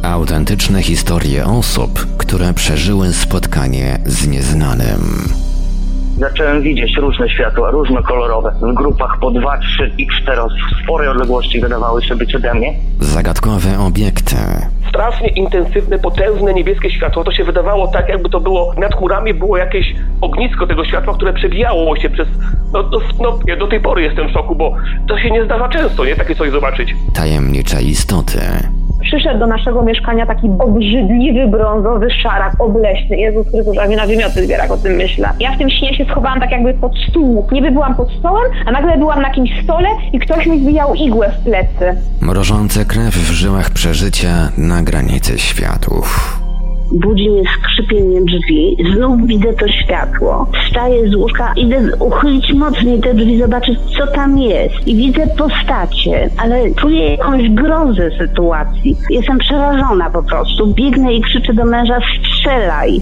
Autentyczne historie osób, które przeżyły spotkanie z nieznanym. Zacząłem widzieć różne światła, różnokolorowe, w grupach po 2, 3 i 4 w sporej odległości wydawały się być ode mnie. Zagadkowe obiekty. Strasznie intensywne, potężne niebieskie światło. To się wydawało tak, jakby to było, nad chmurami było jakieś ognisko tego światła, które przebijało się przez... Ja do tej pory jestem w szoku, bo to się nie zdarza często, nie? Takie coś zobaczyć. Tajemnicze istoty. Przyszedł do naszego mieszkania taki obrzydliwy, brązowy szarak, obleśny. Jezus Chrystus, a mnie na wymioty zbiera, jak o tym myślę. Ja w tym śnie się schowałam tak jakby pod stół. Niby byłam pod stołem, a nagle byłam na jakimś stole i ktoś mi wbijał igłę w plecy. Mrożące krew w żyłach przeżycia na granicy światów. Budzi mnie skrzypienie drzwi, znów widzę to światło. Wstaję z łóżka, idę uchylić mocniej te drzwi, zobaczyć co tam jest. I widzę postacie, ale czuję jakąś grozę sytuacji. Jestem przerażona po prostu. Biegnę i krzyczę do męża: strzelaj!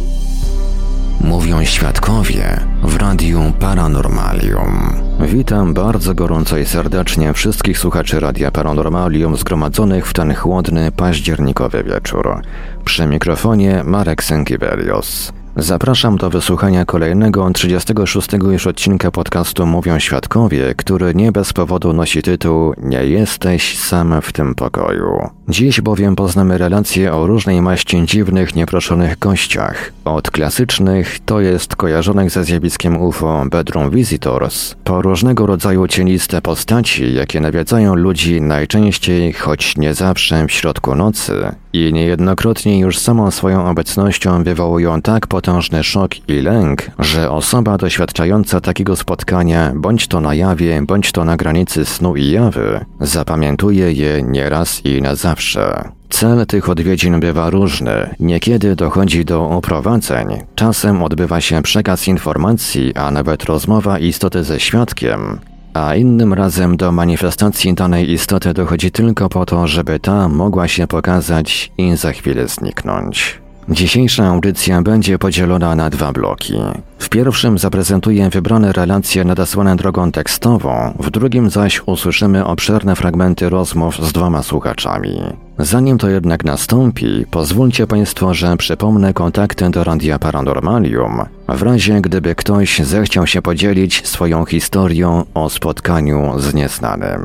Mówią świadkowie w Radiu Paranormalium. Witam bardzo gorąco i serdecznie wszystkich słuchaczy Radia Paranormalium zgromadzonych w ten chłodny, październikowy wieczór. Przy mikrofonie Marek Sękiewelios. Zapraszam do wysłuchania kolejnego 36 już odcinka podcastu Mówią Świadkowie, który nie bez powodu nosi tytuł Nie jesteś sam w tym pokoju. Dziś bowiem poznamy relacje o różnej maści dziwnych, nieproszonych gościach. Od klasycznych, to jest kojarzonych ze zjawiskiem UFO Bedroom Visitors, po różnego rodzaju cieniste postaci, jakie nawiedzają ludzi najczęściej, choć nie zawsze w środku nocy i niejednokrotnie już samą swoją obecnością wywołują tak potężny szok i lęk, że osoba doświadczająca takiego spotkania, bądź to na jawie, bądź to na granicy snu i jawy, zapamiętuje je nieraz i na zawsze. Cel tych odwiedzin bywa różny. Niekiedy dochodzi do oprowadzeń, czasem odbywa się przekaz informacji, a nawet rozmowa istoty ze świadkiem, a innym razem do manifestacji danej istoty dochodzi tylko po to, żeby ta mogła się pokazać i za chwilę zniknąć. Dzisiejsza audycja będzie podzielona na 2 bloki. W pierwszym zaprezentuję wybrane relacje nadesłane drogą tekstową, w drugim zaś usłyszymy obszerne fragmenty rozmów z 2 słuchaczami. Zanim to jednak nastąpi, pozwólcie Państwo, że przypomnę kontakty do Radia Paranormalium, w razie gdyby ktoś zechciał się podzielić swoją historią o spotkaniu z nieznanym.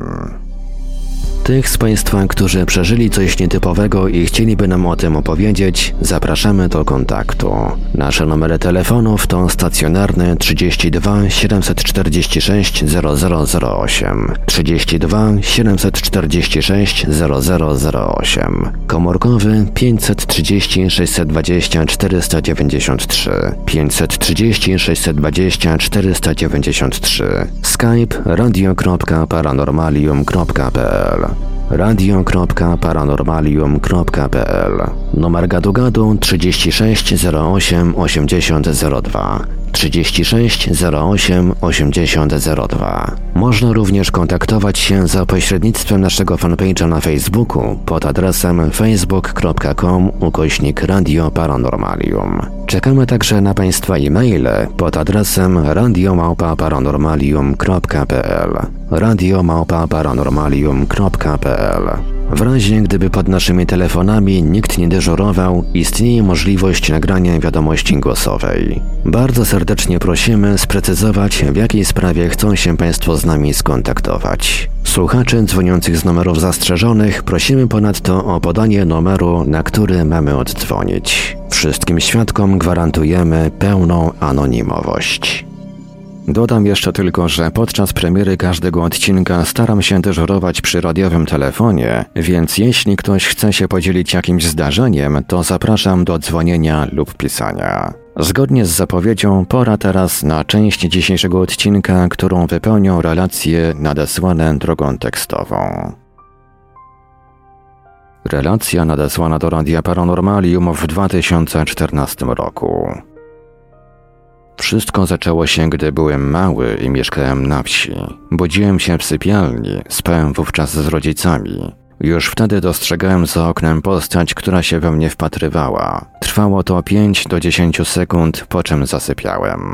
Tych z Państwa, którzy przeżyli coś nietypowego i chcieliby nam o tym opowiedzieć, zapraszamy do kontaktu. Nasze numery telefonów to stacjonarny 32 746 0008, 32 746 0008, komórkowy 530 620 493, 530 620 493, Skype radio.paranormalium.pl, radio.paranormalium.pl, numer gadu-gadu 36 08 80 02, 36 08 80 02. Można również kontaktować się za pośrednictwem naszego fanpage'a na Facebooku pod adresem facebook.com/Radio Paranormalium. Czekamy także na Państwa e-maile pod adresem radio@paranormalium.pl, radio@paranormalium.pl. W razie gdyby pod naszymi telefonami nikt nie dyżurował, istnieje możliwość nagrania wiadomości głosowej. Bardzo serdecznie prosimy sprecyzować, w jakiej sprawie chcą się Państwo z nami skontaktować. Słuchaczy dzwoniących z numerów zastrzeżonych prosimy ponadto o podanie numeru, na który mamy oddzwonić. Wszystkim świadkom gwarantujemy pełną anonimowość. Dodam jeszcze tylko, że podczas premiery każdego odcinka staram się dyżurować przy radiowym telefonie, więc jeśli ktoś chce się podzielić jakimś zdarzeniem, to zapraszam do dzwonienia lub pisania. Zgodnie z zapowiedzią pora teraz na część dzisiejszego odcinka, którą wypełnią relacje nadesłane drogą tekstową. Relacja nadesłana do Radia Paranormalium w 2014 roku. Wszystko zaczęło się, gdy byłem mały i mieszkałem na wsi. Budziłem się w sypialni, spałem wówczas z rodzicami. Już wtedy dostrzegałem za oknem postać, która się we mnie wpatrywała. Trwało to 5 do 10 sekund, po czym zasypiałem.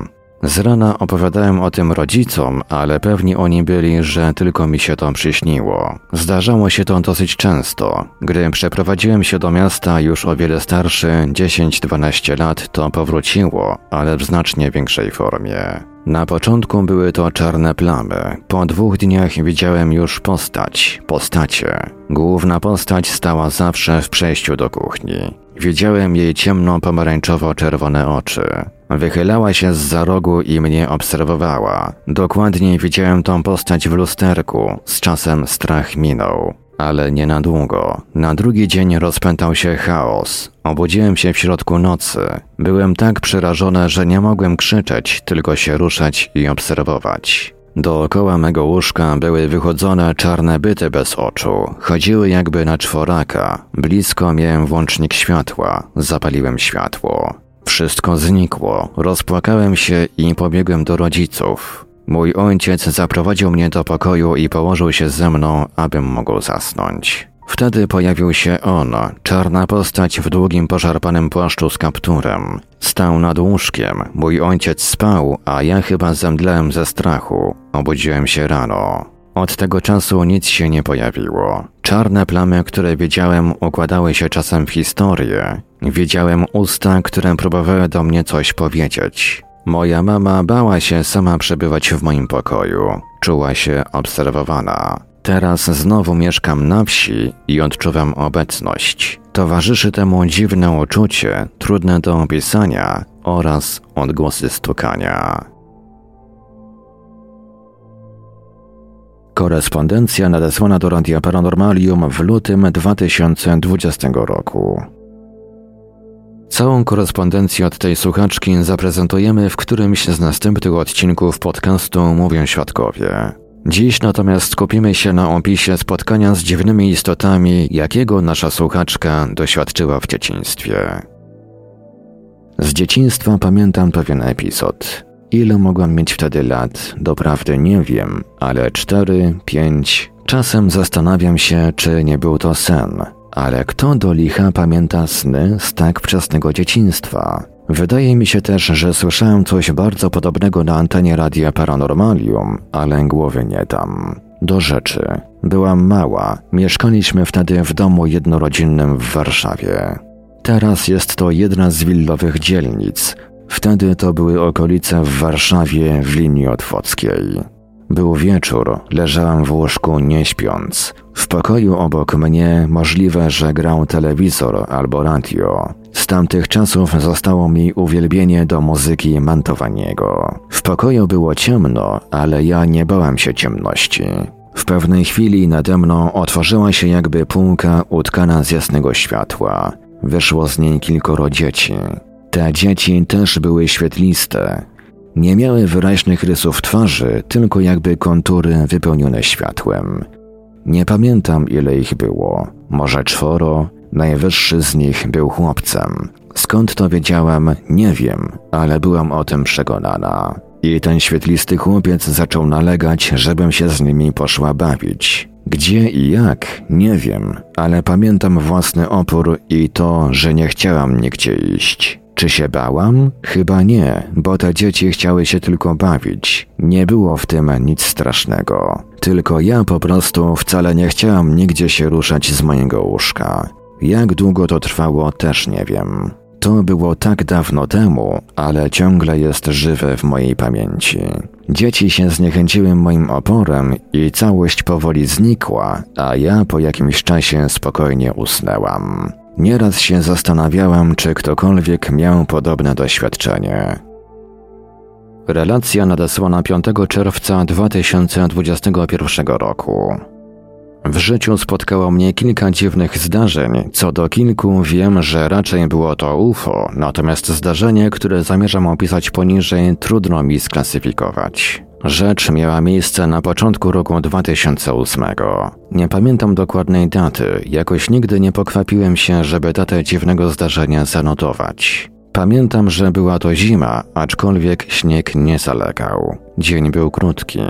Z rana opowiadałem o tym rodzicom, ale pewni oni byli, że tylko mi się to przyśniło. Zdarzało się to dosyć często. Gdy przeprowadziłem się do miasta już o wiele starszy, 10-12 lat, to powróciło, ale w znacznie większej formie. Na początku były to czarne plamy. Po 2 dniach widziałem już postacie. Główna postać stała zawsze w przejściu do kuchni. Widziałem jej ciemno-pomarańczowo-czerwone oczy. Wychylała się zza rogu i mnie obserwowała. Dokładniej widziałem tą postać w lusterku. Z czasem strach minął. Ale nie na długo. Na drugi dzień rozpętał się chaos. Obudziłem się w środku nocy. Byłem tak przerażony, że nie mogłem krzyczeć, tylko się ruszać i obserwować. Dookoła mego łóżka były wychodzone czarne byty bez oczu. Chodziły jakby na czworaka. Blisko miałem włącznik światła. Zapaliłem światło. Wszystko znikło. Rozpłakałem się i pobiegłem do rodziców. Mój ojciec zaprowadził mnie do pokoju i położył się ze mną, abym mógł zasnąć. Wtedy pojawił się on, czarna postać w długim poszarpanym płaszczu z kapturem. Stał nad łóżkiem, mój ojciec spał, a ja chyba zemdlałem ze strachu. Obudziłem się rano. Od tego czasu nic się nie pojawiło. Czarne plamy, które widziałem, układały się czasem w historię. Widziałem usta, które próbowały do mnie coś powiedzieć. Moja mama bała się sama przebywać w moim pokoju. Czuła się obserwowana. Teraz znowu mieszkam na wsi i odczuwam obecność. Towarzyszy temu dziwne uczucie, trudne do opisania oraz odgłosy stukania. Korespondencja nadesłana do Radia Paranormalium w lutym 2020 roku. Całą korespondencję od tej słuchaczki zaprezentujemy w którymś z następnych odcinków podcastu Mówią Świadkowie. Dziś natomiast skupimy się na opisie spotkania z dziwnymi istotami, jakiego nasza słuchaczka doświadczyła w dzieciństwie. Z dzieciństwa pamiętam pewien epizod. Ile mogłam mieć wtedy lat, doprawdy nie wiem, ale 4, 5. Czasem zastanawiam się, czy nie był to sen. Ale kto do licha pamięta sny z tak wczesnego dzieciństwa? Wydaje mi się też, że słyszałem coś bardzo podobnego na antenie Radia Paranormalium, ale głowy nie dam. Do rzeczy. Byłam mała. Mieszkaliśmy wtedy w domu jednorodzinnym w Warszawie. Teraz jest to jedna z willowych dzielnic. Wtedy to były okolice w Warszawie w linii otwockiej. Był wieczór, leżałam w łóżku nie śpiąc. W pokoju obok mnie możliwe, że grał telewizor albo radio. Z tamtych czasów zostało mi uwielbienie do muzyki Mantovaniego. W pokoju było ciemno, ale ja nie bałam się ciemności. W pewnej chwili nade mną otworzyła się jakby półka utkana z jasnego światła. Wyszło z niej kilkoro dzieci. Te dzieci też były świetliste. Nie miały wyraźnych rysów twarzy, tylko jakby kontury wypełnione światłem. Nie pamiętam, ile ich było. Może 4, najwyższy z nich był chłopcem. Skąd to wiedziałam, nie wiem, ale byłam o tym przekonana. I ten świetlisty chłopiec zaczął nalegać, żebym się z nimi poszła bawić. Gdzie i jak, nie wiem, ale pamiętam własny opór i to, że nie chciałam nigdzie iść. Czy się bałam? Chyba nie, bo te dzieci chciały się tylko bawić. Nie było w tym nic strasznego. Tylko ja po prostu wcale nie chciałam nigdzie się ruszać z mojego łóżka. Jak długo to trwało, też nie wiem. To było tak dawno temu, ale ciągle jest żywe w mojej pamięci. Dzieci się zniechęciły moim oporem i całość powoli znikła, a ja po jakimś czasie spokojnie usnęłam. Nieraz się zastanawiałam, czy ktokolwiek miał podobne doświadczenie. Relacja nadesłana 5 czerwca 2021 roku. W życiu spotkało mnie kilka dziwnych zdarzeń. Co do kilku wiem, że raczej było to UFO, natomiast zdarzenie, które zamierzam opisać poniżej, trudno mi sklasyfikować. Rzecz miała miejsce na początku roku 2008. Nie pamiętam dokładnej daty, jakoś nigdy nie pokwapiłem się, żeby datę dziwnego zdarzenia zanotować. Pamiętam, że była to zima, aczkolwiek śnieg nie zalegał. Dzień był krótki.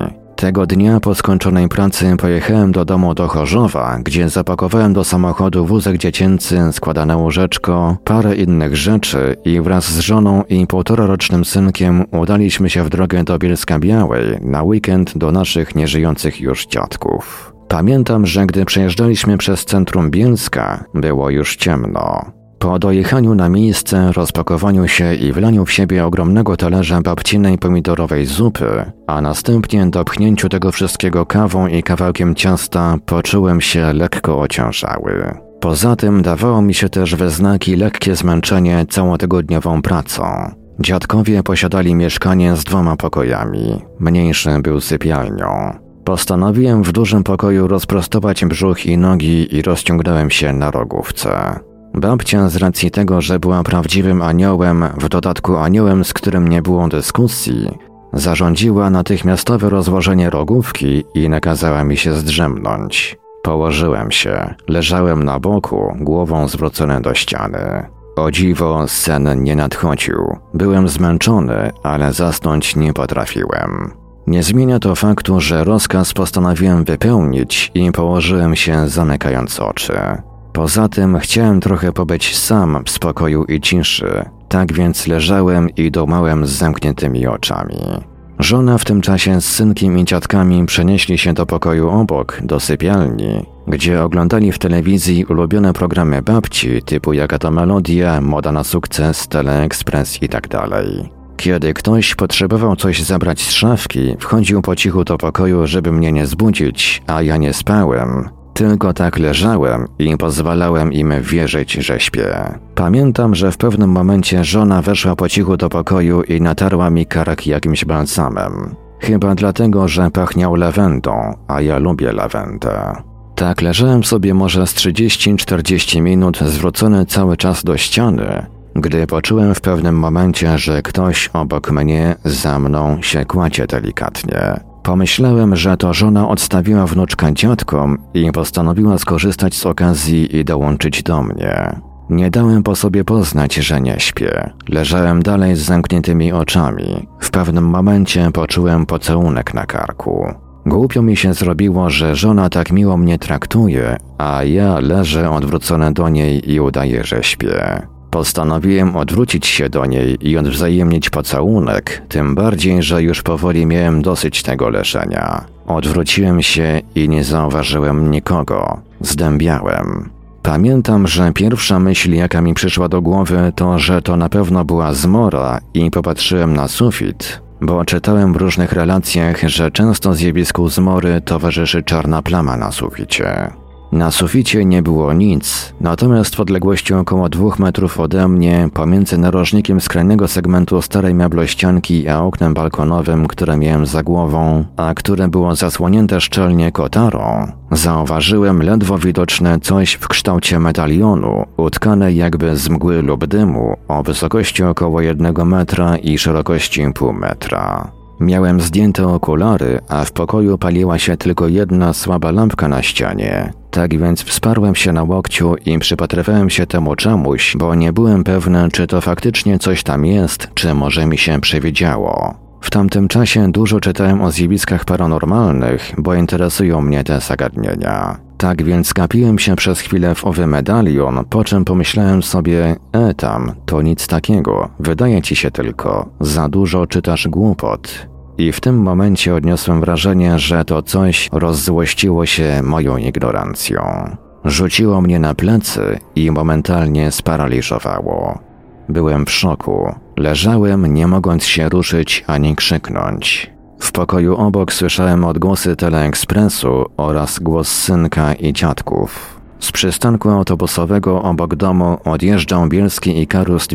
Tego dnia po skończonej pracy pojechałem do domu do Chorzowa, gdzie zapakowałem do samochodu wózek dziecięcy, składane łóżeczko, parę innych rzeczy i wraz z żoną i 1,5-rocznym synkiem udaliśmy się w drogę do Bielska-Białej na weekend do naszych nieżyjących już dziadków. Pamiętam, że gdy przejeżdżaliśmy przez centrum Bielska, było już ciemno. Po dojechaniu na miejsce, rozpakowaniu się i wlaniu w siebie ogromnego talerza babcinej pomidorowej zupy, a następnie dopchnięciu tego wszystkiego kawą i kawałkiem ciasta, poczułem się lekko ociężały. Poza tym dawało mi się też we znaki lekkie zmęczenie całotygodniową pracą. Dziadkowie posiadali mieszkanie z 2 pokojami, mniejszy był sypialnią. Postanowiłem w dużym pokoju rozprostować brzuch i nogi i rozciągnąłem się na rogówce. Babcia z racji tego, że była prawdziwym aniołem, w dodatku aniołem, z którym nie było dyskusji, zarządziła natychmiastowe rozłożenie rogówki i nakazała mi się zdrzemnąć. Położyłem się, leżałem na boku, głową zwrócony do ściany. O dziwo, sen nie nadchodził. Byłem zmęczony, ale zasnąć nie potrafiłem. Nie zmienia to faktu, że rozkaz postanowiłem wypełnić i położyłem się, zamykając oczy. Poza tym chciałem trochę pobyć sam w spokoju i ciszy, tak więc leżałem i dumałem z zamkniętymi oczami. Żona w tym czasie z synkiem i dziadkami przenieśli się do pokoju obok, do sypialni, gdzie oglądali w telewizji ulubione programy babci typu Jaka to Melodia, Moda na sukces, Teleekspres itd. Kiedy ktoś potrzebował coś zabrać z szafki, wchodził po cichu do pokoju, żeby mnie nie zbudzić, a ja nie spałem. Tylko tak leżałem i pozwalałem im wierzyć, że śpię. Pamiętam, że w pewnym momencie żona weszła po cichu do pokoju i natarła mi kark jakimś balsamem. Chyba dlatego, że pachniał lawendą, a ja lubię lawendę. Tak leżałem sobie może z 30-40 minut zwrócony cały czas do ściany, gdy poczułem w pewnym momencie, że ktoś obok mnie, za mną się kładzie delikatnie. Pomyślałem, że to żona odstawiła wnuczka dziadkom i postanowiła skorzystać z okazji i dołączyć do mnie. Nie dałem po sobie poznać, że nie śpię. Leżałem dalej z zamkniętymi oczami. W pewnym momencie poczułem pocałunek na karku. Głupio mi się zrobiło, że żona tak miło mnie traktuje, a ja leżę odwrócony do niej i udaję, że śpię. Postanowiłem odwrócić się do niej i odwzajemnić pocałunek, tym bardziej, że już powoli miałem dosyć tego leżenia. Odwróciłem się i nie zauważyłem nikogo. Zdębiałem. Pamiętam, że pierwsza myśl, jaka mi przyszła do głowy, to, że to na pewno była zmora i popatrzyłem na sufit, bo czytałem w różnych relacjach, że często zjawisku zmory towarzyszy czarna plama na suficie. Na suficie nie było nic, natomiast w odległości około 2 metrów ode mnie, pomiędzy narożnikiem skrajnego segmentu starej meblościanki a oknem balkonowym, które miałem za głową, a które było zasłonięte szczelnie kotarą, zauważyłem ledwo widoczne coś w kształcie medalionu, utkane jakby z mgły lub dymu, o wysokości około 1 metra i szerokości 0,5 metra. Miałem zdjęte okulary, a w pokoju paliła się tylko jedna słaba lampka na ścianie. Tak więc wsparłem się na łokciu i przypatrywałem się temu czemuś, bo nie byłem pewny, czy to faktycznie coś tam jest, czy może mi się przewidziało. W tamtym czasie dużo czytałem o zjawiskach paranormalnych, bo interesują mnie te zagadnienia. Tak więc gapiłem się przez chwilę w owy medalion, po czym pomyślałem sobie, tam, to nic takiego, wydaje ci się tylko, za dużo czytasz głupot. I w tym momencie odniosłem wrażenie, że to coś rozzłościło się moją ignorancją. Rzuciło mnie na plecy i momentalnie sparaliżowało. Byłem w szoku. Leżałem, nie mogąc się ruszyć ani krzyknąć. W pokoju obok słyszałem odgłosy Teleekspresu oraz głos synka i dziadków. Z przystanku autobusowego obok domu odjeżdżał bielski Ikarus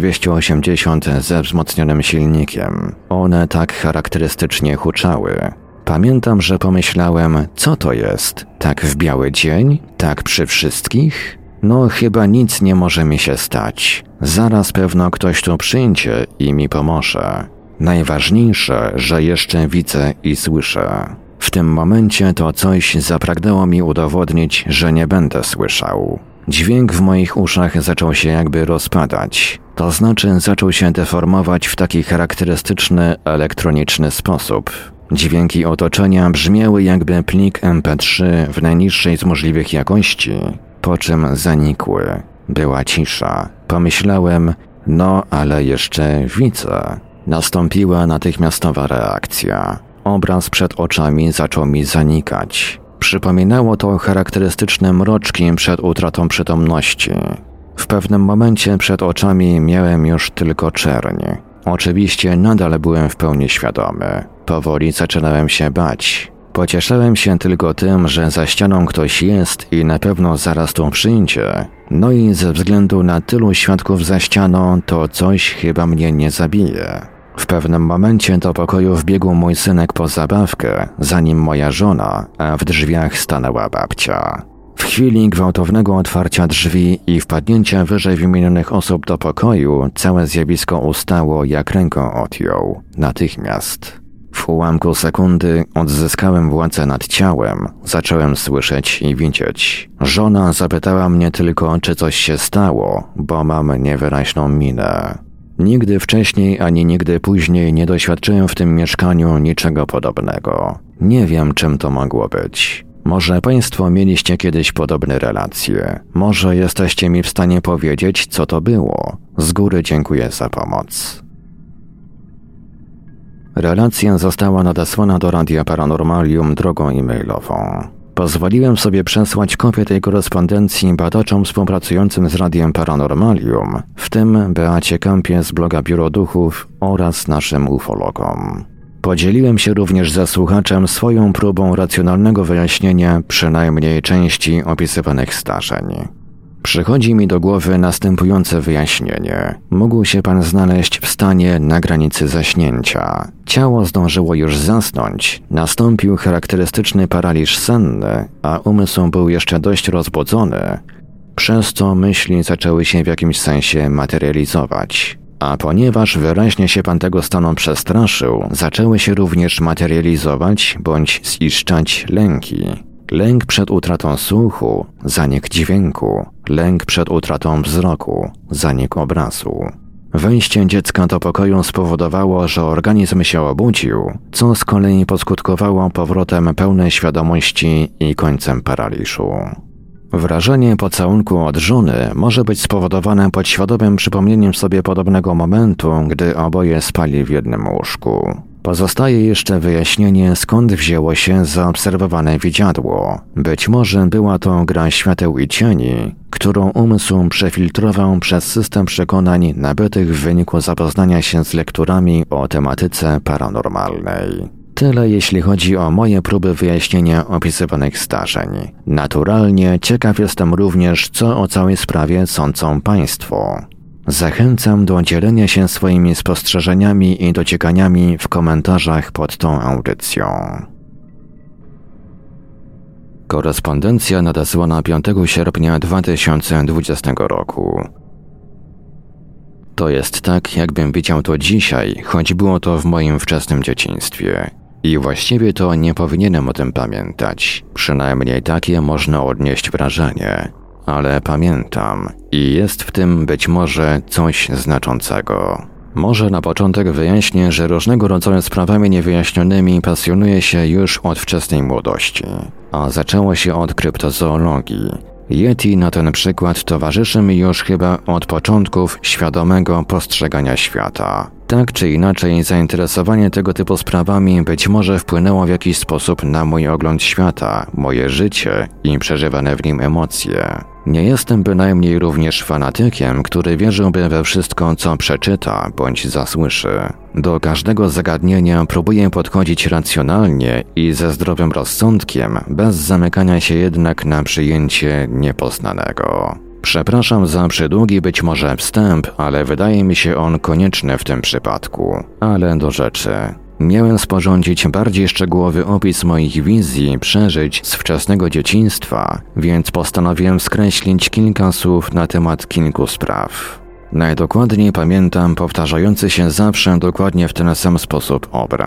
280 ze wzmocnionym silnikiem. One tak charakterystycznie huczały. Pamiętam, że pomyślałem, co to jest? Tak w biały dzień? Tak przy wszystkich? No chyba nic nie może mi się stać. Zaraz pewno ktoś tu przyjdzie i mi pomoże. Najważniejsze, że jeszcze widzę i słyszę. W tym momencie to coś zapragnęło mi udowodnić, że nie będę słyszał. Dźwięk w moich uszach zaczął się jakby rozpadać. To znaczy zaczął się deformować w taki charakterystyczny, elektroniczny sposób. Dźwięki otoczenia brzmiały jakby plik MP3 w najniższej z możliwych jakości, po czym zanikły. Była cisza. Pomyślałem, no ale jeszcze widzę. Nastąpiła natychmiastowa reakcja. Obraz przed oczami zaczął mi zanikać. Przypominało to charakterystyczne mroczki przed utratą przytomności. W pewnym momencie przed oczami miałem już tylko czerń. Oczywiście nadal byłem w pełni świadomy. Powoli zaczynałem się bać. Pocieszałem się tylko tym, że za ścianą ktoś jest i na pewno zaraz tu przyjdzie. No i ze względu na tylu świadków za ścianą, to coś chyba mnie nie zabije. W pewnym momencie do pokoju wbiegł mój synek po zabawkę, zanim moja żona, a w drzwiach stanęła babcia. W chwili gwałtownego otwarcia drzwi i wpadnięcia wyżej wymienionych osób do pokoju, całe zjawisko ustało jak ręką odjął. Natychmiast. W ułamku sekundy odzyskałem władzę nad ciałem, zacząłem słyszeć i widzieć. Żona zapytała mnie tylko, czy coś się stało, bo mam niewyraźną minę. Nigdy wcześniej ani nigdy później nie doświadczyłem w tym mieszkaniu niczego podobnego. Nie wiem, czym to mogło być. Może Państwo mieliście kiedyś podobne relacje. Może jesteście mi w stanie powiedzieć, co to było. Z góry dziękuję za pomoc. Relacja została nadesłana do Radia Paranormalium drogą e-mailową. Pozwoliłem sobie przesłać kopię tej korespondencji badaczom współpracującym z Radiem Paranormalium, w tym Beacie Kampie z bloga Biuro Duchów oraz naszym ufologom. Podzieliłem się również ze słuchaczem swoją próbą racjonalnego wyjaśnienia przynajmniej części opisywanych zdarzeń. Przychodzi mi do głowy następujące wyjaśnienie. Mógł się pan znaleźć w stanie na granicy zaśnięcia. Ciało zdążyło już zasnąć, nastąpił charakterystyczny paraliż senny, a umysł był jeszcze dość rozbudzony, przez co myśli zaczęły się w jakimś sensie materializować. A ponieważ wyraźnie się pan tego stanu przestraszył, zaczęły się również materializować bądź ziszczać lęki. Lęk przed utratą słuchu, zanik dźwięku, lęk przed utratą wzroku, zanik obrazu. Wejście dziecka do pokoju spowodowało, że organizm się obudził, co z kolei poskutkowało powrotem pełnej świadomości i końcem paraliżu. Wrażenie pocałunku od żony może być spowodowane podświadomym przypomnieniem sobie podobnego momentu, gdy oboje spali w jednym łóżku. Pozostaje jeszcze wyjaśnienie, skąd wzięło się zaobserwowane widziadło. Być może była to gra świateł i cieni, którą umysł przefiltrował przez system przekonań nabytych w wyniku zapoznania się z lekturami o tematyce paranormalnej. Tyle jeśli chodzi o moje próby wyjaśnienia opisywanych zdarzeń. Naturalnie ciekaw jestem również, co o całej sprawie sądzą Państwo. Zachęcam do dzielenia się swoimi spostrzeżeniami i dociekaniami w komentarzach pod tą audycją. Korespondencja nadesłana 5 sierpnia 2020 roku. To jest tak, jakbym widział to dzisiaj, choć było to w moim wczesnym dzieciństwie. I właściwie to nie powinienem o tym pamiętać. Przynajmniej takie można odnieść wrażenie. Ale pamiętam i jest w tym być może coś znaczącego. Może na początek wyjaśnię, że różnego rodzaju sprawami niewyjaśnionymi pasjonuję się już od wczesnej młodości, a zaczęło się od kryptozoologii. Yeti na ten przykład towarzyszy mi już chyba od początków świadomego postrzegania świata. Tak czy inaczej zainteresowanie tego typu sprawami być może wpłynęło w jakiś sposób na mój ogląd świata, moje życie i przeżywane w nim emocje. Nie jestem bynajmniej również fanatykiem, który wierzyłby we wszystko, co przeczyta bądź zasłyszy. Do każdego zagadnienia próbuję podchodzić racjonalnie i ze zdrowym rozsądkiem, bez zamykania się jednak na przyjęcie niepoznanego. Przepraszam za przydługi być może wstęp, ale wydaje mi się on konieczny w tym przypadku. Ale do rzeczy. Miałem sporządzić bardziej szczegółowy opis moich wizji, przeżyć z wczesnego dzieciństwa, więc postanowiłem skreślić kilka słów na temat kilku spraw. Najdokładniej pamiętam powtarzający się zawsze dokładnie w ten sam sposób obraz.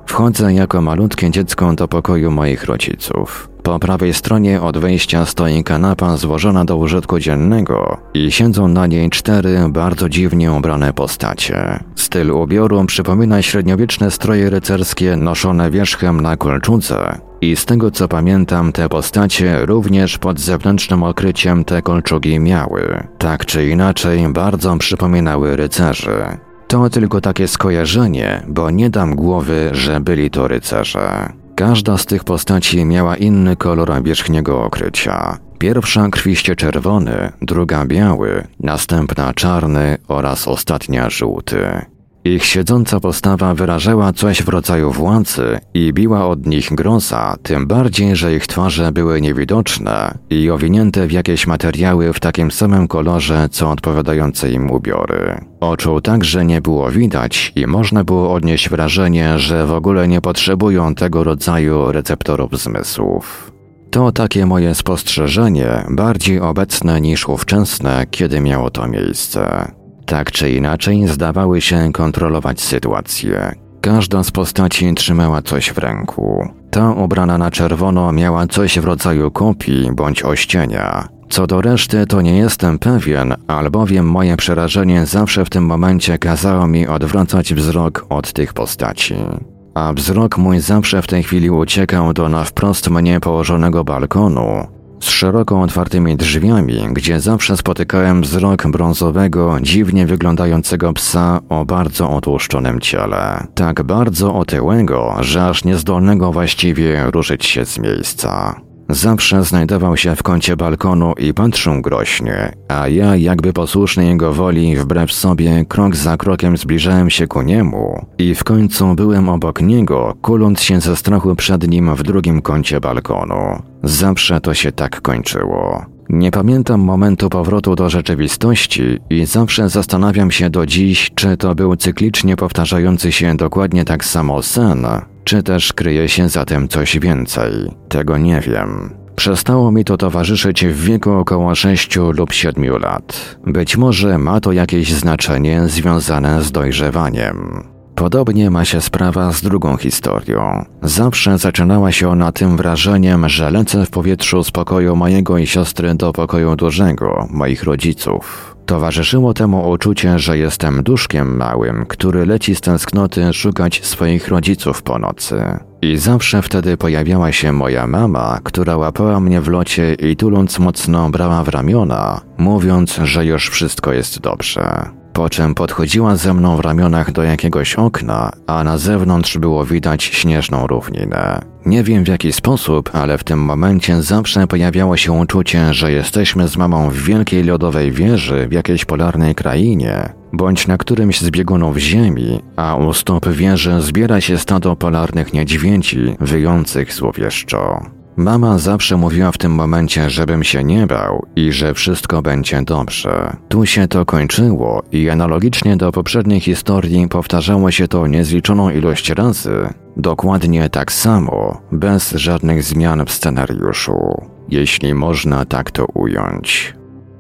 Wchodzę jako malutkie dziecko do pokoju moich rodziców. Po prawej stronie od wejścia stoi kanapa złożona do użytku dziennego i siedzą na niej 4 bardzo dziwnie ubrane postacie. Styl ubioru przypomina średniowieczne stroje rycerskie noszone wierzchem na kolczudze i z tego co pamiętam, te postacie również pod zewnętrznym okryciem te kolczugi miały. Tak czy inaczej bardzo przypominały rycerzy. To tylko takie skojarzenie, bo nie dam głowy, że byli to rycerze. Każda z tych postaci miała inny kolor wierzchniego okrycia. Pierwsza krwiście czerwony, druga biały, następna czarny oraz ostatnia żółty. Ich siedząca postawa wyrażała coś w rodzaju władzy i biła od nich groza, tym bardziej, że ich twarze były niewidoczne i owinięte w jakieś materiały w takim samym kolorze, co odpowiadające im ubiory. Oczu także nie było widać i można było odnieść wrażenie, że w ogóle nie potrzebują tego rodzaju receptorów zmysłów. To takie moje spostrzeżenie, bardziej obecne niż ówczesne, kiedy miało to miejsce. Tak czy inaczej zdawały się kontrolować sytuację. Każda z postaci trzymała coś w ręku. Ta ubrana na czerwono miała coś w rodzaju kopii bądź ościenia. Co do reszty to nie jestem pewien, albowiem moje przerażenie zawsze w tym momencie kazało mi odwracać wzrok od tych postaci. A wzrok mój zawsze w tej chwili uciekał do na wprost mnie położonego balkonu, z szeroko otwartymi drzwiami, gdzie zawsze spotykałem wzrok brązowego, dziwnie wyglądającego psa o bardzo otłuszczonym ciele. Tak bardzo otyłego, że aż niezdolnego właściwie ruszyć się z miejsca. Zawsze znajdował się w kącie balkonu i patrzył groźnie, a ja jakby posłuszny jego woli wbrew sobie krok za krokiem zbliżałem się ku niemu i w końcu byłem obok niego, kuląc się ze strachu przed nim w drugim kącie balkonu. Zawsze to się tak kończyło. Nie pamiętam momentu powrotu do rzeczywistości i zawsze zastanawiam się do dziś, czy to był cyklicznie powtarzający się dokładnie tak samo sen, czy też kryje się za tym coś więcej. Tego nie wiem. Przestało mi to towarzyszyć w wieku około 6 lub 7 lat. Być może ma to jakieś znaczenie związane z dojrzewaniem. Podobnie ma się sprawa z drugą historią. Zawsze zaczynała się ona tym wrażeniem, że lecę w powietrzu z pokoju mojego i siostry do pokoju dużego, moich rodziców. Towarzyszyło temu uczucie, że jestem duszkiem małym, który leci z tęsknoty szukać swoich rodziców po nocy. I zawsze wtedy pojawiała się moja mama, która łapała mnie w locie i tuląc mocno brała w ramiona, mówiąc, że już wszystko jest dobrze. Po czym podchodziła ze mną w ramionach do jakiegoś okna, a na zewnątrz było widać śnieżną równinę. Nie wiem w jaki sposób, ale w tym momencie zawsze pojawiało się uczucie, że jesteśmy z mamą w wielkiej lodowej wieży w jakiejś polarnej krainie, bądź na którymś z biegunów ziemi, a u stóp wieży zbiera się stado polarnych niedźwiedzi, wyjących złowieszczo. Mama zawsze mówiła w tym momencie, żebym się nie bał i że wszystko będzie dobrze. Tu się to kończyło i analogicznie do poprzedniej historii powtarzało się to niezliczoną ilość razy, dokładnie tak samo, bez żadnych zmian w scenariuszu, jeśli można tak to ująć.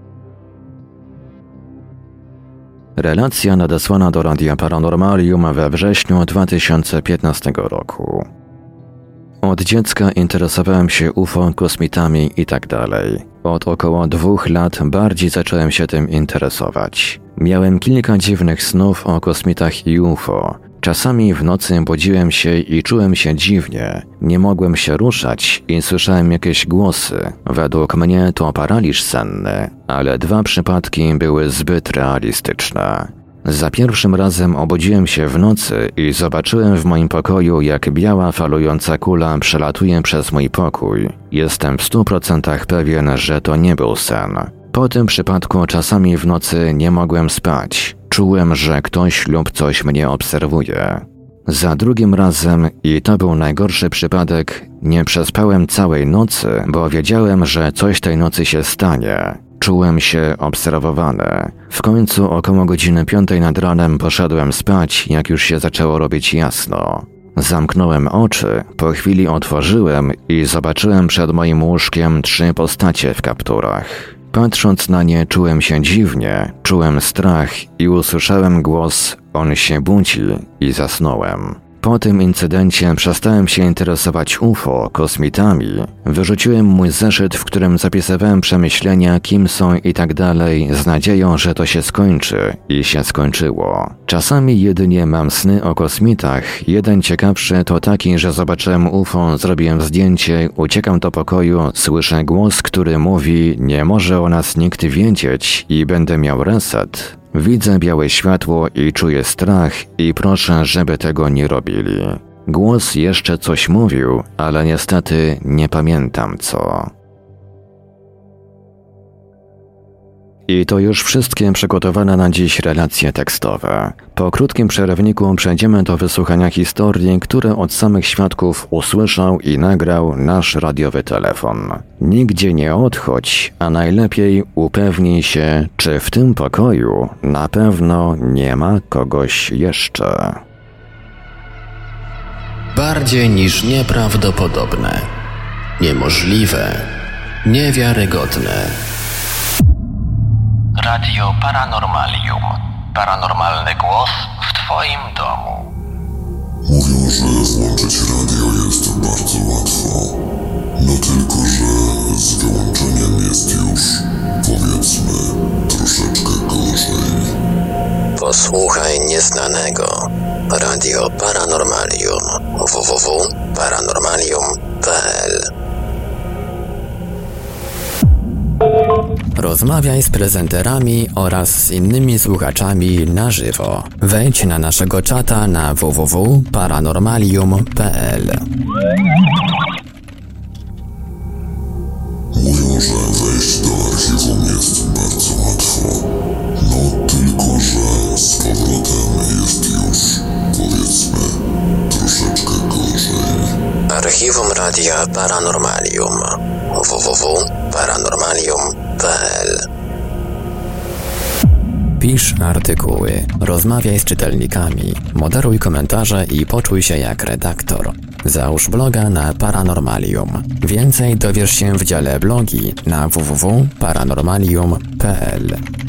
Relacja nadesłana do Radia Paranormalium we wrześniu 2015 roku. Od dziecka interesowałem się UFO, kosmitami itd. Od około 2 lat bardziej zacząłem się tym interesować. Miałem kilka dziwnych snów o kosmitach i UFO. Czasami w nocy budziłem się i czułem się dziwnie. Nie mogłem się ruszać i słyszałem jakieś głosy. Według mnie to paraliż senny, ale 2 przypadki były zbyt realistyczne. Za pierwszym razem obudziłem się w nocy i zobaczyłem w moim pokoju, jak biała falująca kula przelatuje przez mój pokój. Jestem w 100% pewien, że to nie był sen. Po tym przypadku czasami w nocy nie mogłem spać. Czułem, że ktoś lub coś mnie obserwuje. Za drugim razem, i to był najgorszy przypadek, nie przespałem całej nocy, bo wiedziałem, że coś tej nocy się stanie. Czułem się obserwowany. W końcu około godziny 5 nad ranem poszedłem spać, jak już się zaczęło robić jasno. Zamknąłem oczy, po chwili otworzyłem i zobaczyłem przed moim łóżkiem 3 postacie w kapturach. Patrząc na nie czułem się dziwnie, czułem strach i usłyszałem głos: on się budzi, i zasnąłem. Po tym incydencie przestałem się interesować UFO, kosmitami. Wyrzuciłem mój zeszyt, w którym zapisywałem przemyślenia, kim są i tak dalej, z nadzieją, że to się skończy. I się skończyło. Czasami jedynie mam sny o kosmitach. Jeden ciekawszy to taki, że zobaczyłem UFO, zrobiłem zdjęcie, uciekam do pokoju, słyszę głos, który mówi: nie może o nas nikt wiedzieć i będę miał reset. Widzę białe światło i czuję strach i proszę, żeby tego nie robili. Głos jeszcze coś mówił, ale niestety nie pamiętam co. I to już wszystkie przygotowane na dziś relacje tekstowe. Po krótkim przerwniku przejdziemy do wysłuchania historii, które od samych świadków usłyszał i nagrał nasz radiowy telefon. Nigdzie nie odchodź, a najlepiej upewnij się, czy w tym pokoju na pewno nie ma kogoś jeszcze. Bardziej niż nieprawdopodobne, niemożliwe, niewiarygodne. Radio Paranormalium. Paranormalny głos w Twoim domu. Mówią, że włączyć radio jest bardzo łatwo. No tylko, że z wyłączeniem jest już, powiedzmy, troszeczkę gorzej. Posłuchaj nieznanego. Radio Paranormalium. www.paranormalium.pl. Rozmawiaj z prezenterami oraz z innymi słuchaczami na żywo. Wejdź na naszego czata na www.paranormalium.pl. Mówią, że wejść do archiwum jest bardzo łatwo. No tylko, że z powrotem jest już, powiedzmy, troszeczkę gorzej. Archiwum Radia Paranormalium. www.paranormalium.pl. Pisz artykuły, rozmawiaj z czytelnikami, moderuj komentarze i poczuj się jak redaktor. Załóż bloga na Paranormalium. Więcej dowiesz się w dziale blogi na www.paranormalium.pl.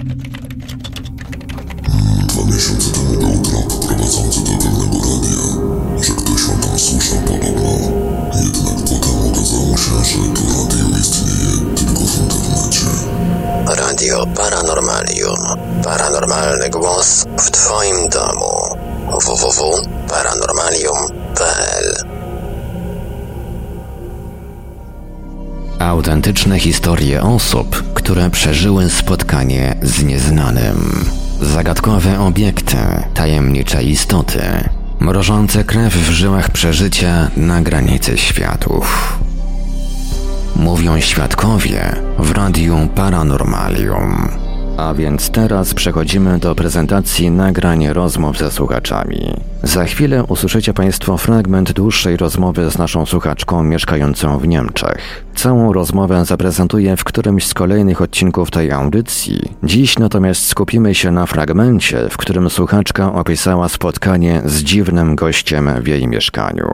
2 miesiące temu był trop prowadzący do pewnego radia, że ktoś on tam słyszał podobno. Jednak potem okazało się, że to radio istnieje tylko w internecie. Radio Paranormalium. Paranormalny głos w Twoim domu. www.paranormalium.pl. Autentyczne historie osób, które przeżyły spotkanie z nieznanym. Zagadkowe obiekty, tajemnicze istoty, mrożące krew w żyłach przeżycia na granicy światów. Mówią świadkowie w Radiu Paranormalium. A więc teraz przechodzimy do prezentacji nagrań rozmów ze słuchaczami. Za chwilę usłyszycie Państwo fragment dłuższej rozmowy z naszą słuchaczką mieszkającą w Niemczech. Całą rozmowę zaprezentuję w którymś z kolejnych odcinków tej audycji. Dziś natomiast skupimy się na fragmencie, w którym słuchaczka opisała spotkanie z dziwnym gościem w jej mieszkaniu.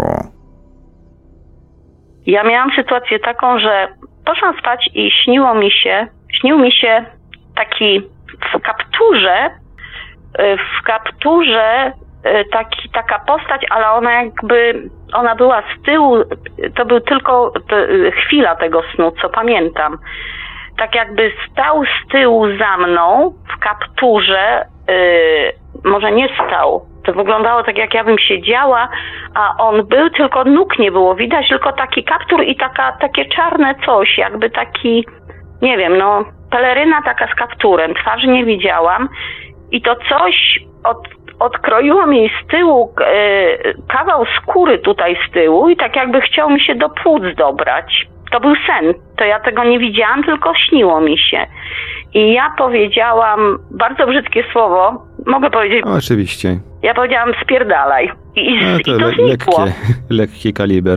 Ja miałam sytuację taką, że poszłam spać i śnił mi się taki w kapturze taka postać, ale ona była z tyłu, to był tylko chwila tego snu, co pamiętam. Tak jakby stał z tyłu za mną w kapturze, może nie stał, to wyglądało tak jak ja bym siedziała, a on był, tylko nóg nie było widać, tylko taki kaptur i takie czarne coś, jakby taki, nie wiem, peleryna taka z kapturem, twarzy nie widziałam i to coś odkroiło mi z tyłu kawał skóry tutaj z tyłu i tak jakby chciał mi się do płuc dobrać. To był sen, to ja tego nie widziałam, tylko śniło mi się. I ja powiedziałam bardzo brzydkie słowo, mogę powiedzieć? Oczywiście. Ja powiedziałam spierdalaj i to znikło. Lekki kaliber.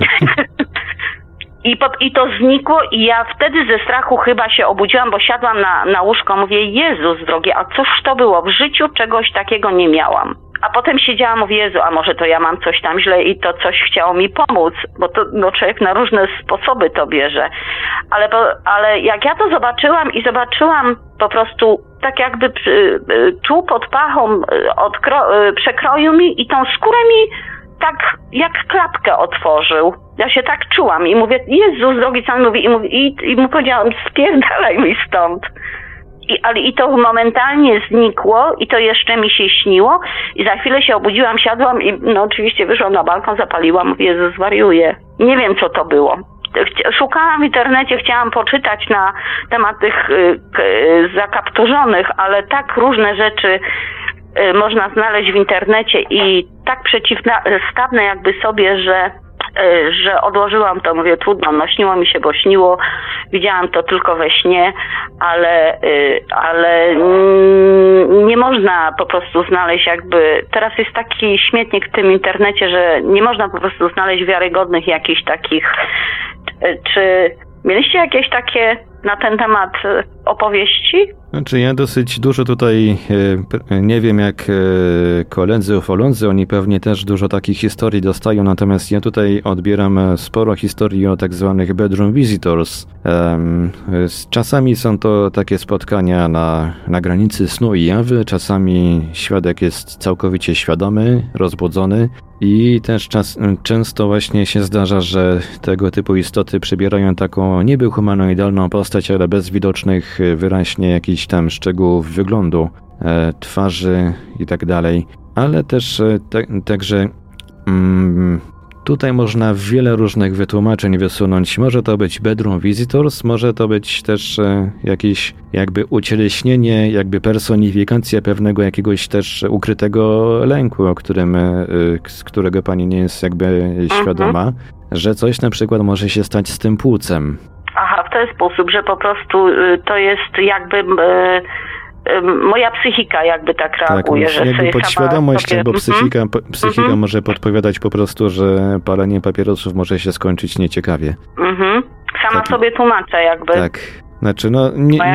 I to znikło i ja wtedy ze strachu chyba się obudziłam, bo siadłam na łóżko, mówię, Jezus drogi, a cóż to było? W życiu czegoś takiego nie miałam. A potem siedziałam, mówię, Jezu, a może to ja mam coś tam źle i to coś chciało mi pomóc, bo to człowiek na różne sposoby to bierze. Ale jak ja to zobaczyłam po prostu tak jakby tu pod pachą przekroił mi i tą skórę mi tak jak klapkę otworzył. Ja się tak czułam i mówię, Jezus drogi, co on mówi? I mu powiedziałam, spierdalaj mi stąd. I to momentalnie znikło i to jeszcze mi się śniło i za chwilę się obudziłam, siadłam i no oczywiście wyszłam na balkon, zapaliłam, mówię, Jezus, wariuję. Nie wiem, co to było. Szukałam w internecie, chciałam poczytać na temat tych zakapturzonych, ale tak różne rzeczy można znaleźć w internecie i tak przeciwstawne jakby sobie, że odłożyłam to, mówię, trudno, no śniło mi się, bo śniło, widziałam to tylko we śnie, ale nie można po prostu znaleźć jakby, teraz jest taki śmietnik w tym internecie, że nie można po prostu znaleźć wiarygodnych jakichś takich, czy mieliście jakieś takie na ten temat opowieści? Znaczy ja dosyć dużo tutaj, nie wiem jak koledzy ufolodzy, oni pewnie też dużo takich historii dostają, natomiast ja tutaj odbieram sporo historii o tak zwanych bedroom visitors. Czasami są to takie spotkania na granicy snu i jawy, czasami świadek jest całkowicie świadomy, rozbudzony i też często właśnie się zdarza, że tego typu istoty przybierają taką niby humanoidalną postać, ale bez widocznych wyraźnie jakichś tam szczegółów wyglądu, twarzy i tak dalej. Ale też także tutaj można wiele różnych wytłumaczeń wysunąć. Może to być bedroom visitors, może to być też jakieś jakby ucieleśnienie, jakby personifikacja pewnego jakiegoś też ukrytego lęku, z którego pani nie jest jakby świadoma, że coś na przykład może się stać z tym płucem. Aha, w ten sposób, że po prostu to jest jakby moja psychika jakby tak reaguje, że jakby podświadomość sobie... albo psychika może podpowiadać po prostu, że palenie papierosów może się skończyć nieciekawie. Sama sobie tłumaczę jakby. Tak. Znaczy, no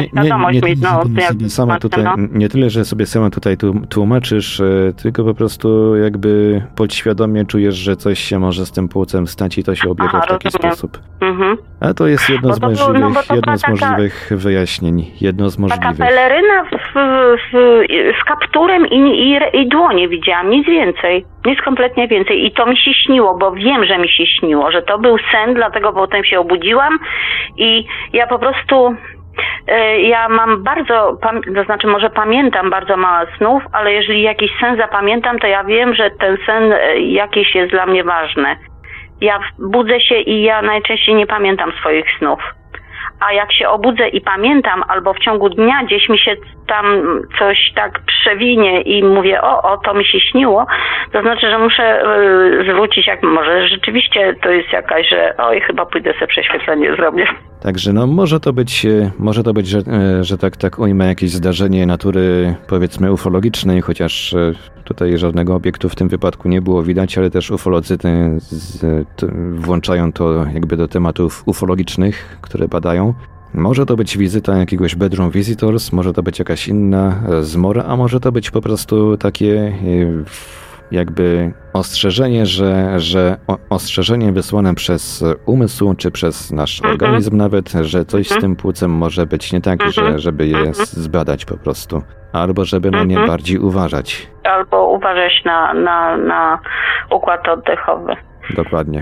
nie tyle, że sobie sama tutaj tłumaczysz, tylko po prostu jakby podświadomie czujesz, że coś się może z tym płucem stać i to się objawia w taki sposób. A to jest jedno z możliwych wyjaśnień. Jedno z możliwych. Taka peleryna z kapturem i dłonie widziałam, nic więcej. Nic kompletnie więcej. I to mi się śniło, bo wiem, że mi się śniło, że to był sen, dlatego potem się obudziłam i ja po prostu ja mam bardzo, to znaczy może pamiętam bardzo mało snów, ale jeżeli jakiś sen zapamiętam, to ja wiem, że ten sen jakiś jest dla mnie ważny. Ja budzę się i ja najczęściej nie pamiętam swoich snów. A jak się obudzę i pamiętam, albo w ciągu dnia gdzieś mi się tam coś tak przewinie i mówię, to mi się śniło, to znaczy, że muszę zwrócić, jak może rzeczywiście to jest jakaś, że chyba pójdę sobie prześwietlenie zrobię. Także no może to być, że tak ujmę jakieś zdarzenie natury powiedzmy ufologicznej, chociaż tutaj żadnego obiektu w tym wypadku nie było widać, ale też ufolodzy włączają to jakby do tematów ufologicznych, które badają. Może to być wizyta jakiegoś bedroom visitors, może to być jakaś inna zmora, a może to być po prostu takie jakby ostrzeżenie, że ostrzeżenie wysłane przez umysł, czy przez nasz organizm nawet, że coś z tym płucem może być nie tak, żeby je zbadać po prostu. Albo żeby na nie bardziej uważać. Albo uważać na układ oddechowy. Dokładnie.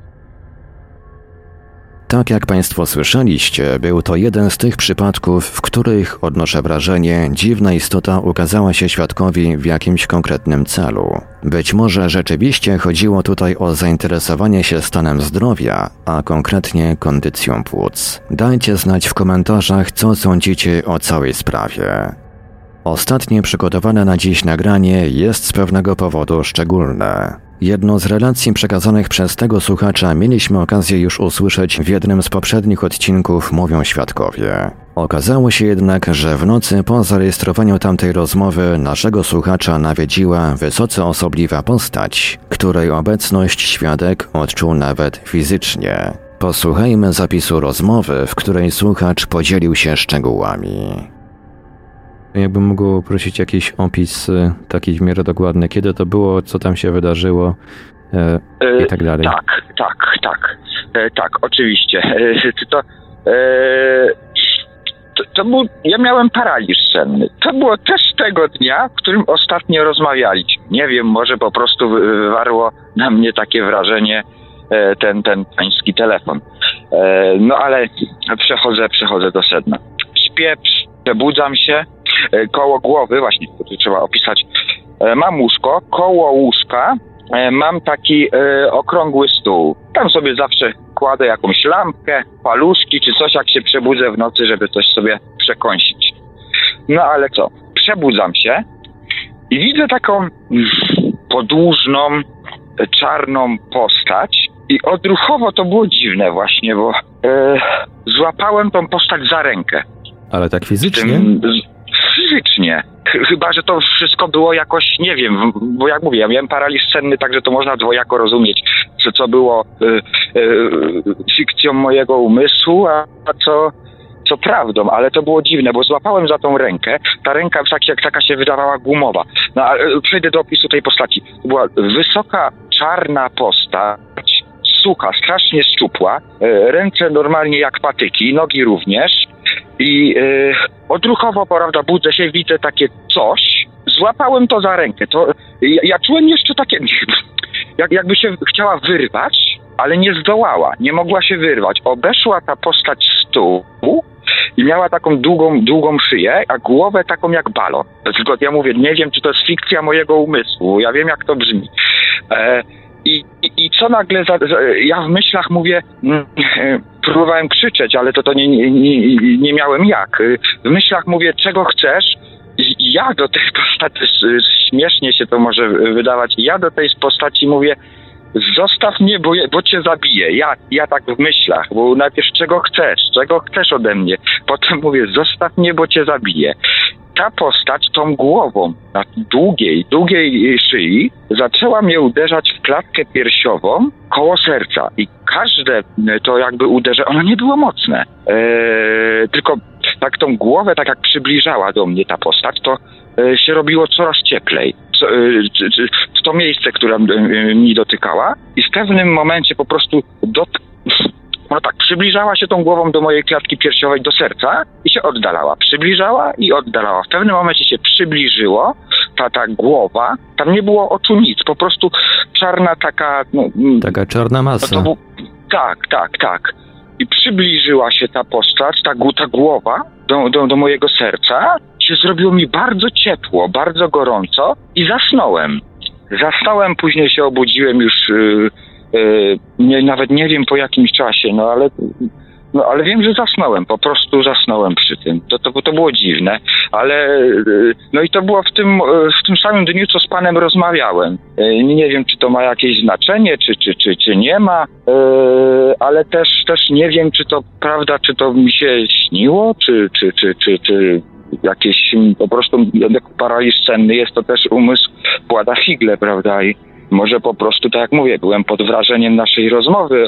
Tak jak Państwo słyszeliście, był to jeden z tych przypadków, w których, odnoszę wrażenie, dziwna istota ukazała się świadkowi w jakimś konkretnym celu. Być może rzeczywiście chodziło tutaj o zainteresowanie się stanem zdrowia, a konkretnie kondycją płuc. Dajcie znać w komentarzach, co sądzicie o całej sprawie. Ostatnie przygotowane na dziś nagranie jest z pewnego powodu szczególne. Jedną z relacji przekazanych przez tego słuchacza mieliśmy okazję już usłyszeć w jednym z poprzednich odcinków Mówią Świadkowie. Okazało się jednak, że w nocy po zarejestrowaniu tamtej rozmowy naszego słuchacza nawiedziła wysoce osobliwa postać, której obecność świadek odczuł nawet fizycznie. Posłuchajmy zapisu rozmowy, w której słuchacz podzielił się szczegółami. Jakbym mógł prosić jakiś opis taki w miarę dokładny, kiedy to było, co tam się wydarzyło i tak dalej. Tak, oczywiście. ja miałem paraliż senny. To było też tego dnia, w którym ostatnio rozmawialiśmy. Nie wiem, może po prostu wywarło na mnie takie wrażenie ten pański telefon. No ale przechodzę do sedna. Śpię, przebudzam się, koło głowy, właśnie to trzeba opisać, mam łóżko, koło łóżka mam taki okrągły stół. Tam sobie zawsze kładę jakąś lampkę, paluszki czy coś, jak się przebudzę w nocy, żeby coś sobie przekąsić. No ale co? Przebudzam się i widzę taką podłużną, czarną postać i odruchowo to było dziwne właśnie, bo złapałem tą postać za rękę. Ale tak fizycznie? Fizycznie. Chyba że to wszystko było jakoś, nie wiem, bo jak mówię, ja miałem paraliż senny, także to można dwojako rozumieć, co było fikcją mojego umysłu, a co prawdą, ale to było dziwne, bo złapałem za tą rękę, ta ręka taka się wydawała gumowa. No ale przejdę do opisu tej postaci. To była wysoka, czarna postać, sucha, strasznie szczupła, ręce normalnie jak patyki, nogi również i odruchowo, prawda, budzę się, widzę takie coś, złapałem to za rękę, to ja czułem jeszcze takie, jakby się chciała wyrwać, ale nie zdołała, nie mogła się wyrwać. Obeszła ta postać stół i miała taką długą szyję, a głowę taką jak balon. Tylko ja mówię, nie wiem, czy to jest fikcja mojego umysłu, ja wiem, jak to brzmi. I co nagle, ja w myślach mówię, próbowałem krzyczeć, ale to nie miałem jak. W myślach mówię, czego chcesz? Ja do tej postaci, śmiesznie się to może wydawać, ja do tej postaci mówię, zostaw mnie, bo cię zabiję. Ja tak w myślach, bo najpierw czego chcesz ode mnie? Potem mówię, zostaw mnie, bo cię zabiję. Ta postać tą głową na długiej szyi zaczęła mnie uderzać w klatkę piersiową koło serca i każde to jakby uderzenie, ono nie było mocne, tylko tak tą głowę, tak jak przybliżała do mnie ta postać, to się robiło coraz cieplej. W to miejsce, które mi dotykała i w pewnym momencie po prostu przybliżała się tą głową do mojej klatki piersiowej, do serca i się oddalała. Przybliżała i oddalała. W pewnym momencie się przybliżyło, ta głowa, tam nie było oczu nic, po prostu czarna taka... taka czarna masa. Tak. I przybliżyła się ta postać, ta głowa do mojego serca. Się zrobiło mi bardzo ciepło, bardzo gorąco i zasnąłem. Później się obudziłem już... nawet nie wiem po jakimś czasie, ale wiem, że zasnąłem, po prostu zasnąłem przy tym. To było dziwne, ale no i to było w tym samym dniu, co z panem rozmawiałem. Nie wiem, czy to ma jakieś znaczenie, czy nie ma, ale też nie wiem, czy to prawda, czy to mi się śniło, czy jakieś po prostu paraliż senny jest, to też umysł płada figle, prawda, i może po prostu, tak jak mówię, byłem pod wrażeniem naszej rozmowy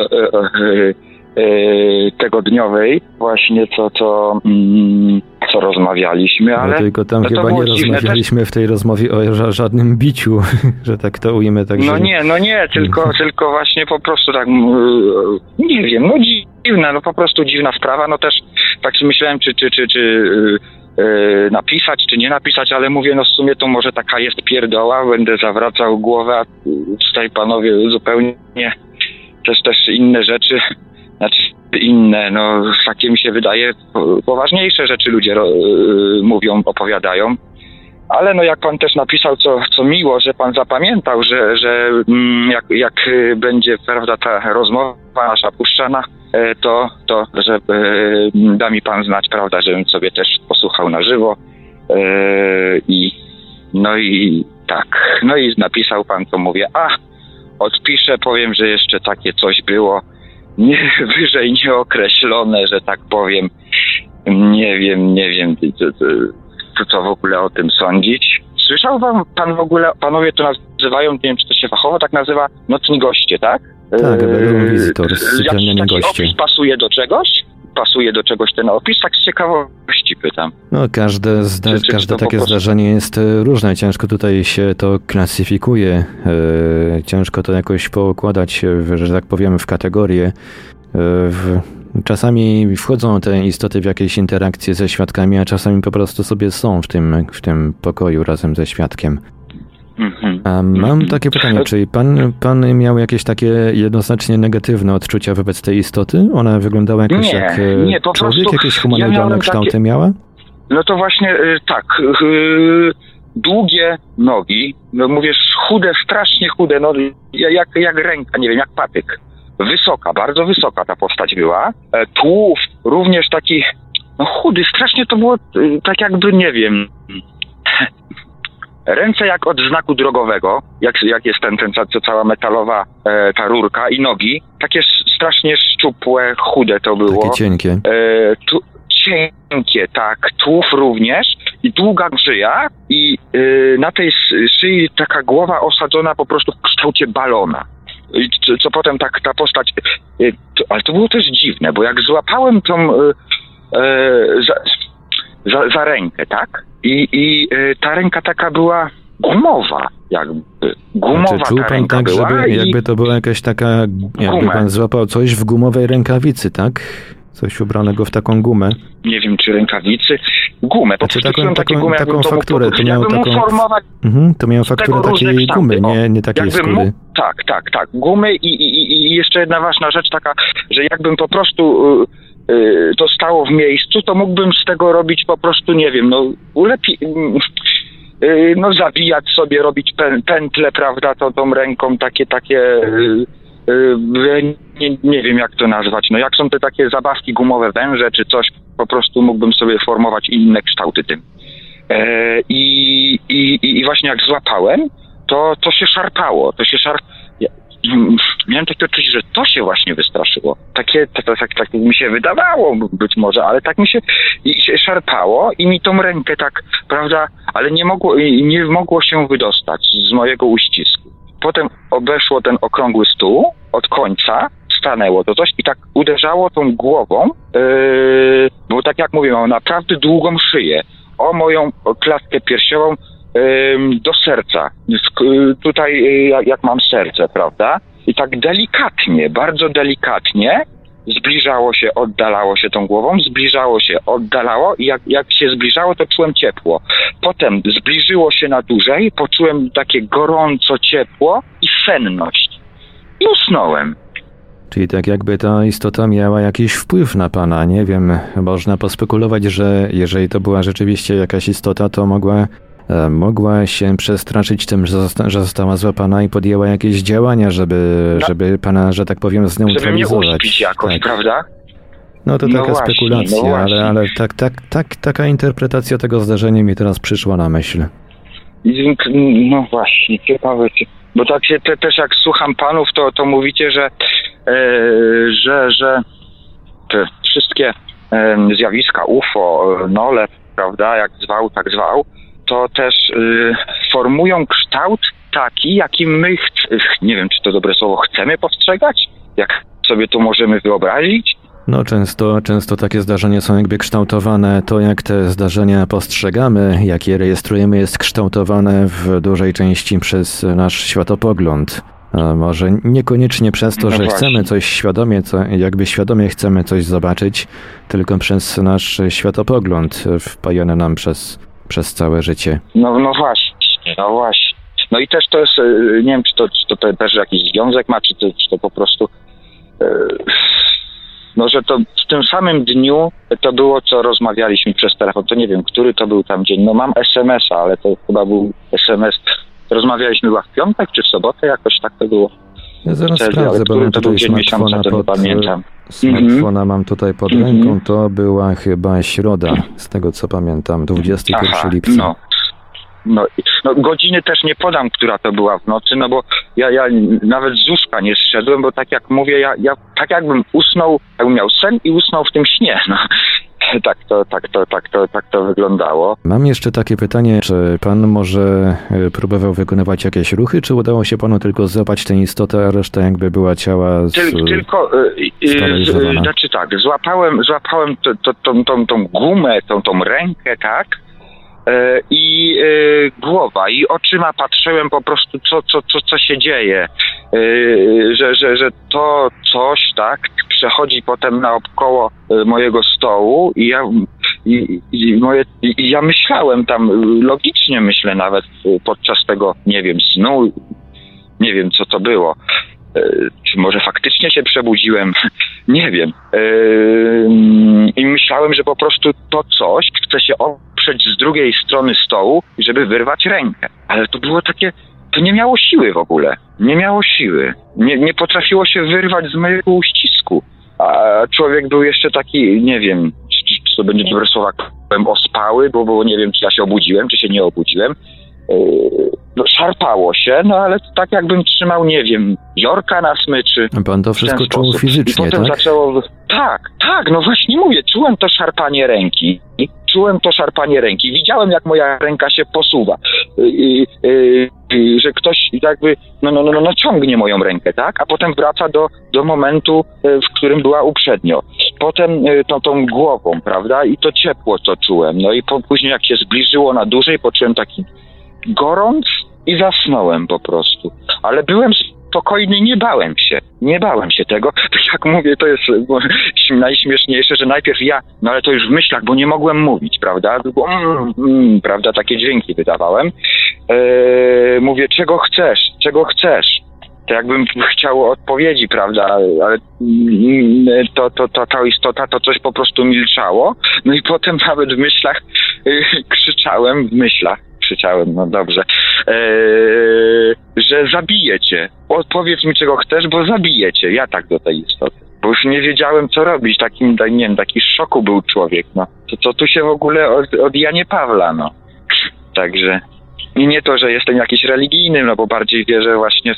tegodniowej, właśnie co rozmawialiśmy, ale... No tylko tam chyba nie rozmawialiśmy w tej rozmowie o żadnym biciu, że tak to ujmę. Tak, no nie, tylko właśnie po prostu tak, nie wiem, dziwna, po prostu dziwna sprawa, też tak sobie myślałem, czy napisać, czy nie napisać, ale mówię, w sumie to może taka jest pierdoła, będę zawracał głowę, a tutaj panowie zupełnie też inne rzeczy, takie mi się wydaje, poważniejsze rzeczy ludzie mówią, opowiadają, ale jak pan też napisał, co miło, że pan zapamiętał, że jak będzie, prawda, ta rozmowa nasza puszczana, to że da mi pan znać, prawda, żebym sobie też posłuchał na żywo i napisał pan, to mówię, odpiszę, powiem, że jeszcze takie coś było, wyżej nieokreślone, że tak powiem, nie wiem, co w ogóle o tym sądzić. Słyszał pan w ogóle, panowie to nazywają, nie wiem, czy to się fachowo tak nazywa, nocni goście, tak? Tak, wizytor, sypialniani goście. Opis pasuje do czegoś ten opis? Tak z ciekawości pytam. Każde takie zdarzenie jest różne. Ciężko tutaj się to klasyfikuje. Ciężko to jakoś poukładać, że tak powiem, w kategorie. Czasami wchodzą te istoty w jakieś interakcje ze świadkami, a czasami po prostu sobie są w tym pokoju razem ze świadkiem. A mam takie pytanie, czy pan miał jakieś takie jednoznacznie negatywne odczucia wobec tej istoty? Ona wyglądała jakoś jak człowiek? Jakieś humanoidalne kształty miała? No to właśnie tak. Długie nogi, no mówisz chude, strasznie chude, no jak ręka, nie wiem, jak patyk. Wysoka, bardzo wysoka ta postać była. Tułów również taki, no chudy, strasznie to było tak jakby, nie wiem, ręce jak od znaku drogowego, jak jest ten cała metalowa ta rurka i nogi, takie strasznie szczupłe, chude to było. Takie cienkie. Cienkie, tak, tułów również i długa szyja i na tej szyi taka głowa osadzona po prostu w kształcie balona. I co potem tak ta postać, ale to było też dziwne, bo jak złapałem tą za rękę, tak? I ta ręka taka była gumowa, jakby. Gumowa czuł ta pan ręka tak, była żeby jakby to była jakaś taka, jakby pan złapał coś w gumowej rękawicy, tak? Coś ubranego w taką gumę. Nie wiem, czy rękawicy. Gumę, po prostu taką fakturę. To miało taką, to miało fakturę takiej gumy, nie takiej skóry. Tak. Gumy i jeszcze jedna ważna rzecz taka, że jakbym po prostu to stało w miejscu, to mógłbym z tego robić po prostu, nie wiem, zawijać sobie, robić pętle, prawda, tą ręką takie nie wiem jak to nazwać, no jak są te takie zabawki gumowe, węże czy coś, po prostu mógłbym sobie formować inne kształty tym. I właśnie jak złapałem, to się szarpało, miałem takie odczucie, że to się właśnie wystraszyło. Tak mi się wydawało być może, ale tak mi się szarpało i mi tą rękę tak, prawda, ale nie mogło się wydostać z mojego uścisku. Potem obeszło ten okrągły stół od końca, stanęło to coś i tak uderzało tą głową, bo tak jak mówię, mam naprawdę długą szyję, o moją klatkę piersiową do serca. Tutaj jak mam serce, prawda? I tak delikatnie, bardzo delikatnie zbliżało się, oddalało się tą głową, zbliżało się, oddalało i jak się zbliżało, to czułem ciepło. Potem zbliżyło się na dłużej, poczułem takie gorąco ciepło i senność. I usnąłem. Czyli tak jakby ta istota miała jakiś wpływ na pana, nie wiem, można pospekulować, że jeżeli to była rzeczywiście jakaś istota, to mogła się przestraszyć tym, że została złapana i podjęła jakieś działania, żeby pana, że tak powiem, zneutralizować. Żeby mnie uśpić jakoś, tak. Prawda? No to taka spekulacja, ale taka interpretacja tego zdarzenia mi teraz przyszła na myśl. No właśnie, ciekawe. Bo tak się też jak słucham panów, to mówicie, że te wszystkie zjawiska UFO, NOLE, prawda, jak zwał, tak zwał, to też formują kształt taki, jaki my, nie wiem, czy to dobre słowo, chcemy postrzegać? Jak sobie to możemy wyobrazić? No często takie zdarzenia są jakby kształtowane, to jak te zdarzenia postrzegamy, jak je rejestrujemy, jest kształtowane w dużej części przez nasz światopogląd. A może niekoniecznie przez to, że chcemy coś świadomie chcemy coś zobaczyć, tylko przez nasz światopogląd wpajany nam przez całe życie. No właśnie. No i też to jest, nie wiem, czy to też jakiś związek ma, czy to po prostu... No, że to w tym samym dniu to było, co rozmawialiśmy przez telefon. To nie wiem, który to był tam dzień. No mam SMS-a, ale to chyba był SMS. Rozmawialiśmy chyba w piątek czy w sobotę, jakoś tak to było. Ja zaraz sprawdzę, bo mam tutaj smartfona mam tutaj pod ręką. To była chyba środa, z tego co pamiętam, 21 lipca. No, godziny też nie podam, która to była w nocy, no bo ja nawet z łóżka nie zszedłem, bo tak jak mówię, ja tak jakbym usnął, jakbym miał sen i usnął w tym śnie, no. Tak to wyglądało. Mam jeszcze takie pytanie, czy pan może próbował wykonywać jakieś ruchy, czy udało się panu tylko złapać tę istotę, a reszta jakby była ciała sparaliżowana? Znaczy tak, złapałem tą gumę, tą rękę, tak? I głowa i oczyma patrzyłem po prostu, co się dzieje, że to coś, tak, przechodzi potem naokoło mojego stołu i ja myślałem tam, logicznie myślę nawet podczas tego, nie wiem, snu, nie wiem co to było. Czy może faktycznie się przebudziłem? Nie wiem. I myślałem, że po prostu to coś chce się oprzeć z drugiej strony stołu, żeby wyrwać rękę. Ale to było takie, to nie miało siły w ogóle. Nie miało siły. Nie potrafiło się wyrwać z mojego uścisku. A człowiek był jeszcze taki, nie wiem, czy to będzie dobre słowa, powiem, ospały, bo nie wiem, czy ja się obudziłem, czy się nie obudziłem. No, szarpało się, no ale tak jakbym trzymał, nie wiem, Jorka na smyczy. Pan to wszystko czuł fizycznie, i potem tak? zaczęło... Tak, no właśnie mówię, czułem to szarpanie ręki. Widziałem, jak moja ręka się posuwa. Że ktoś jakby no ciągnie moją rękę, tak? A potem wraca do momentu, w którym była uprzednio. Potem tą głową, prawda? I to ciepło, co czułem. No i później jak się zbliżyło na dłużej, poczułem taki gorąc i zasnąłem po prostu. Ale byłem spokojny, nie bałem się tego. Tak jak mówię, to jest najśmieszniejsze, że najpierw ja, no ale to już w myślach, bo nie mogłem mówić, prawda? Prawda, takie dźwięki wydawałem. Mówię, czego chcesz? To jakbym chciał odpowiedzi, prawda? Ale ta istota to coś po prostu milczało. No i potem nawet w myślach krzyczałem, no dobrze, że zabiję cię. Odpowiedz mi, czego chcesz, bo zabiję cię. Ja tak do tej istoty. Bo już nie wiedziałem, co robić. Taki szoku był człowiek, no. To tu się w ogóle od Janie Pawła, no. Także... I nie to, że jestem jakiś religijny, no bo bardziej wierzę właśnie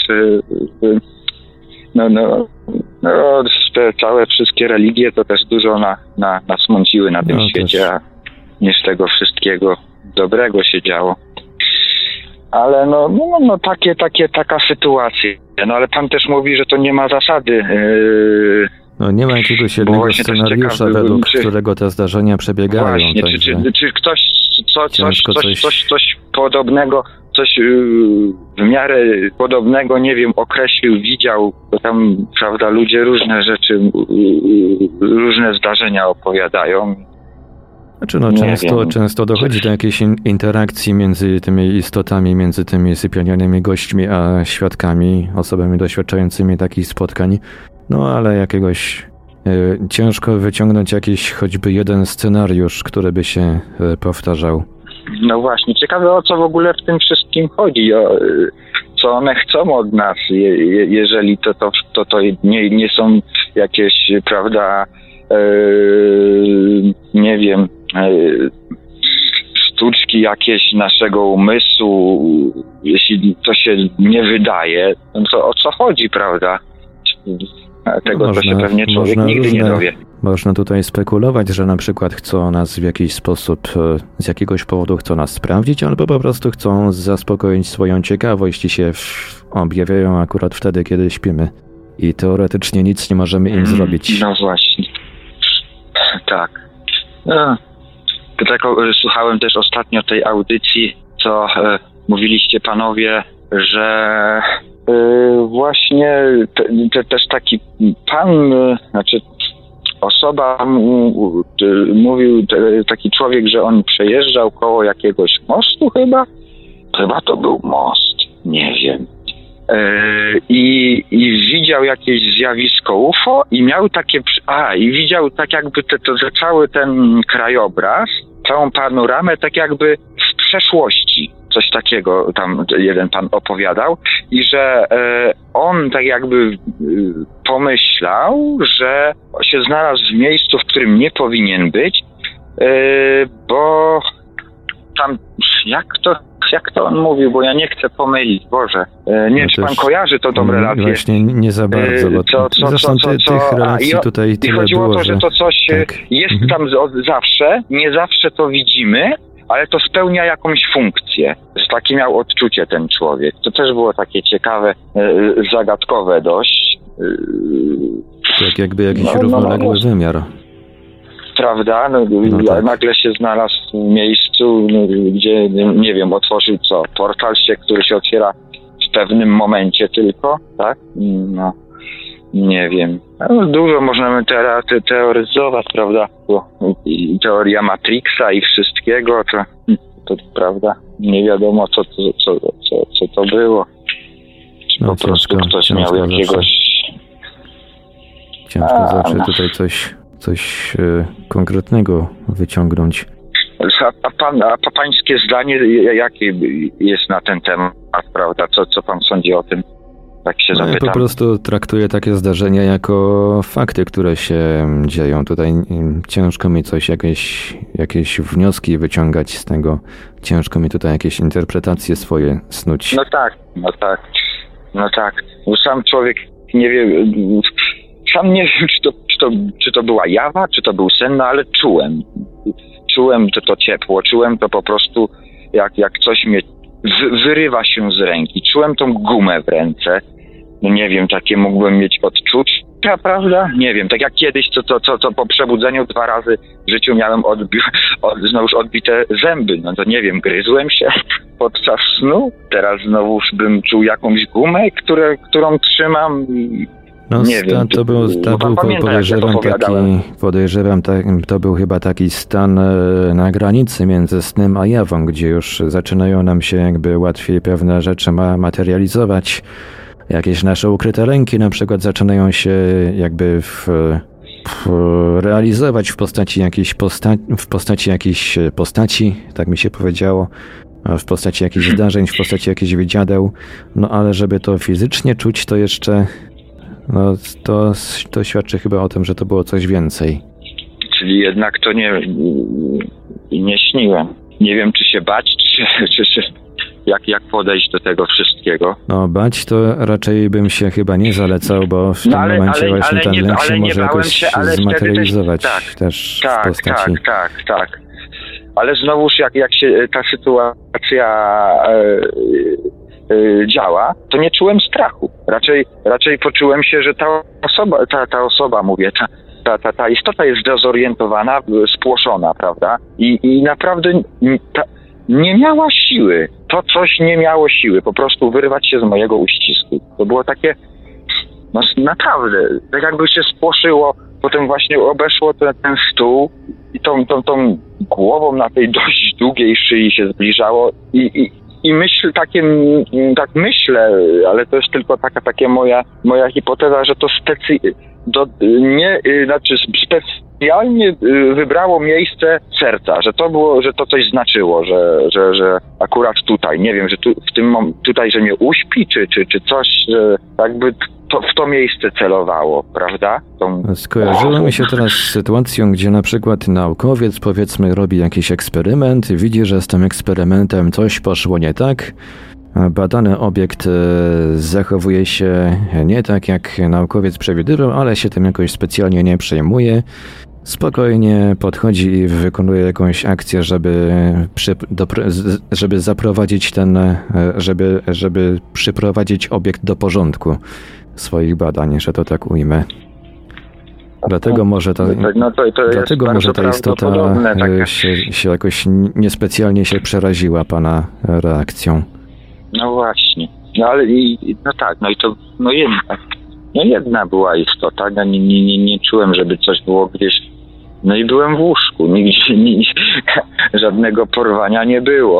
te całe wszystkie religie to też dużo nasmąciły na tym świecie, a nie z tego wszystkiego dobrego się działo. Ale taka sytuacja. No ale pan też mówi, że to nie ma zasady. No nie ma jakiegoś jednego scenariusza, według którego te zdarzenia przebiegają. Właśnie, także... czy ktoś coś podobnego, coś w miarę podobnego, nie wiem, określił, widział, bo tam, prawda, ludzie różne rzeczy, różne zdarzenia opowiadają. Znaczy często dochodzi do jakiejś interakcji między tymi istotami, między tymi sypialnianymi gośćmi, a świadkami, osobami doświadczającymi takich spotkań. No ale jakiegoś ciężko wyciągnąć jakiś choćby jeden scenariusz, który by się powtarzał. No właśnie, ciekawe o co w ogóle w tym wszystkim chodzi, co one chcą od nas, jeżeli to nie są jakieś, prawda, nie wiem, sztuczki jakieś naszego umysłu, jeśli to się nie wydaje, no to o co chodzi, prawda? Tego to się pewnie człowiek nigdy nie dowie. Można tutaj spekulować, że na przykład chcą nas w jakiś sposób, z jakiegoś powodu chcą nas sprawdzić, albo po prostu chcą zaspokoić swoją ciekawość i się objawiają akurat wtedy, kiedy śpimy. I teoretycznie nic nie możemy im zrobić. No właśnie. Tak. No. Słuchałem też ostatnio tej audycji, co mówiliście panowie, że właśnie też taki pan, znaczy osoba, mówił taki człowiek, że on przejeżdżał koło jakiegoś mostu chyba to był most, nie wiem. I widział jakieś zjawisko UFO i miał takie, i widział tak jakby cały ten krajobraz, całą panoramę tak jakby z przeszłości. Coś takiego tam jeden pan opowiadał i że on tak jakby pomyślał, że się znalazł w miejscu, w którym nie powinien być, bo tam, jak to on mówił, bo ja nie chcę pomylić, Boże. Nie wiem, czy pan kojarzy tą relację. Właśnie nie za bardzo, bo zresztą tych relacji tutaj tyle chodziło było, o to, że to coś jest tam od zawsze, nie zawsze to widzimy, ale to spełnia jakąś funkcję. Że takie miał odczucie ten człowiek. To też było takie ciekawe, zagadkowe dość. Tak jakby jakiś równoległy wymiar. prawda? Tak. Nagle się znalazł w miejscu, gdzie, nie wiem, otworzył portal który się otwiera w pewnym momencie tylko, tak? No, nie wiem. Dużo możemy teoryzować, prawda? I teoria Matrixa i wszystkiego, to prawda? Nie wiadomo, co to było. Czy po prostu ktoś miał jakiegoś... Ciężko zawsze tutaj coś konkretnego wyciągnąć. A pańskie zdanie jakie jest na ten temat, prawda? Co pan sądzi o tym? Tak się zapytam. Ja po prostu traktuję takie zdarzenia jako fakty, które się dzieją. Tutaj ciężko mi jakieś wnioski wyciągać z tego. Ciężko mi tutaj jakieś interpretacje swoje snuć. No tak. Bo sam człowiek nie wie... Sam nie wiem, czy to była jawa, czy to był sen, no ale czułem. Czułem to ciepło, czułem to po prostu, jak coś mnie wyrywa się z ręki. Czułem tą gumę w ręce. No nie wiem, takie mógłbym mieć odczucia, prawda? Nie wiem, tak jak kiedyś, co po przebudzeniu 2 razy w życiu miałem znowuż odbite zęby. No to nie wiem, gryzłem się podczas snu. Teraz znowuż bym czuł jakąś gumę, którą trzymam. No, nie wiem, to był podejrzewam, to był chyba taki stan na granicy między snem a jawą, gdzie już zaczynają nam się jakby łatwiej pewne rzeczy materializować. Jakieś nasze ukryte lęki na przykład zaczynają się jakby realizować w postaci jakiejś postaci, tak mi się powiedziało, w postaci jakichś zdarzeń, w postaci jakichś widziadeł. No ale żeby to fizycznie czuć, to jeszcze... No to świadczy chyba o tym, że to było coś więcej. Czyli jednak to nie śniłem. Nie wiem, czy się bać, czy jak podejść do tego wszystkiego. No bać to raczej bym się chyba nie zalecał, bo w tym momencie właśnie ten lęk się może jakoś zmaterializować też w postaci. Tak. Ale znowuż jak się ta sytuacja działa, to nie czułem strachu. Raczej poczułem się, że ta osoba, mówię, ta istota jest zdezorientowana, spłoszona, prawda? I naprawdę nie miała siły. To coś nie miało siły po prostu wyrwać się z mojego uścisku. To było takie, no naprawdę, tak jakby się spłoszyło, potem właśnie obeszło ten stół i tą głową na tej dość długiej szyi się zbliżało i tak myślę, ale to jest tylko taka moja hipoteza, że to specjalnie wybrało miejsce serca, że to coś znaczyło, że akurat tutaj, nie wiem, że tutaj, że mnie uśpi, czy coś, że jakby w to miejsce celowało, prawda? Skojarzyło mi się teraz z sytuacją, gdzie na przykład naukowiec, powiedzmy, robi jakiś eksperyment, widzi, że z tym eksperymentem coś poszło nie tak. Badany obiekt zachowuje się nie tak, jak naukowiec przewidywał, ale się tym jakoś specjalnie nie przejmuje. Spokojnie podchodzi i wykonuje jakąś akcję, żeby zaprowadzić żeby przyprowadzić obiekt do porządku swoich badań, że to tak ujmę. Dlatego może ta istota się jakoś niespecjalnie się przeraziła pana reakcją. No właśnie. No ale jedna była istota. Ja nie czułem, żeby coś było gdzieś. No i byłem w łóżku. Nigdzie żadnego porwania nie było.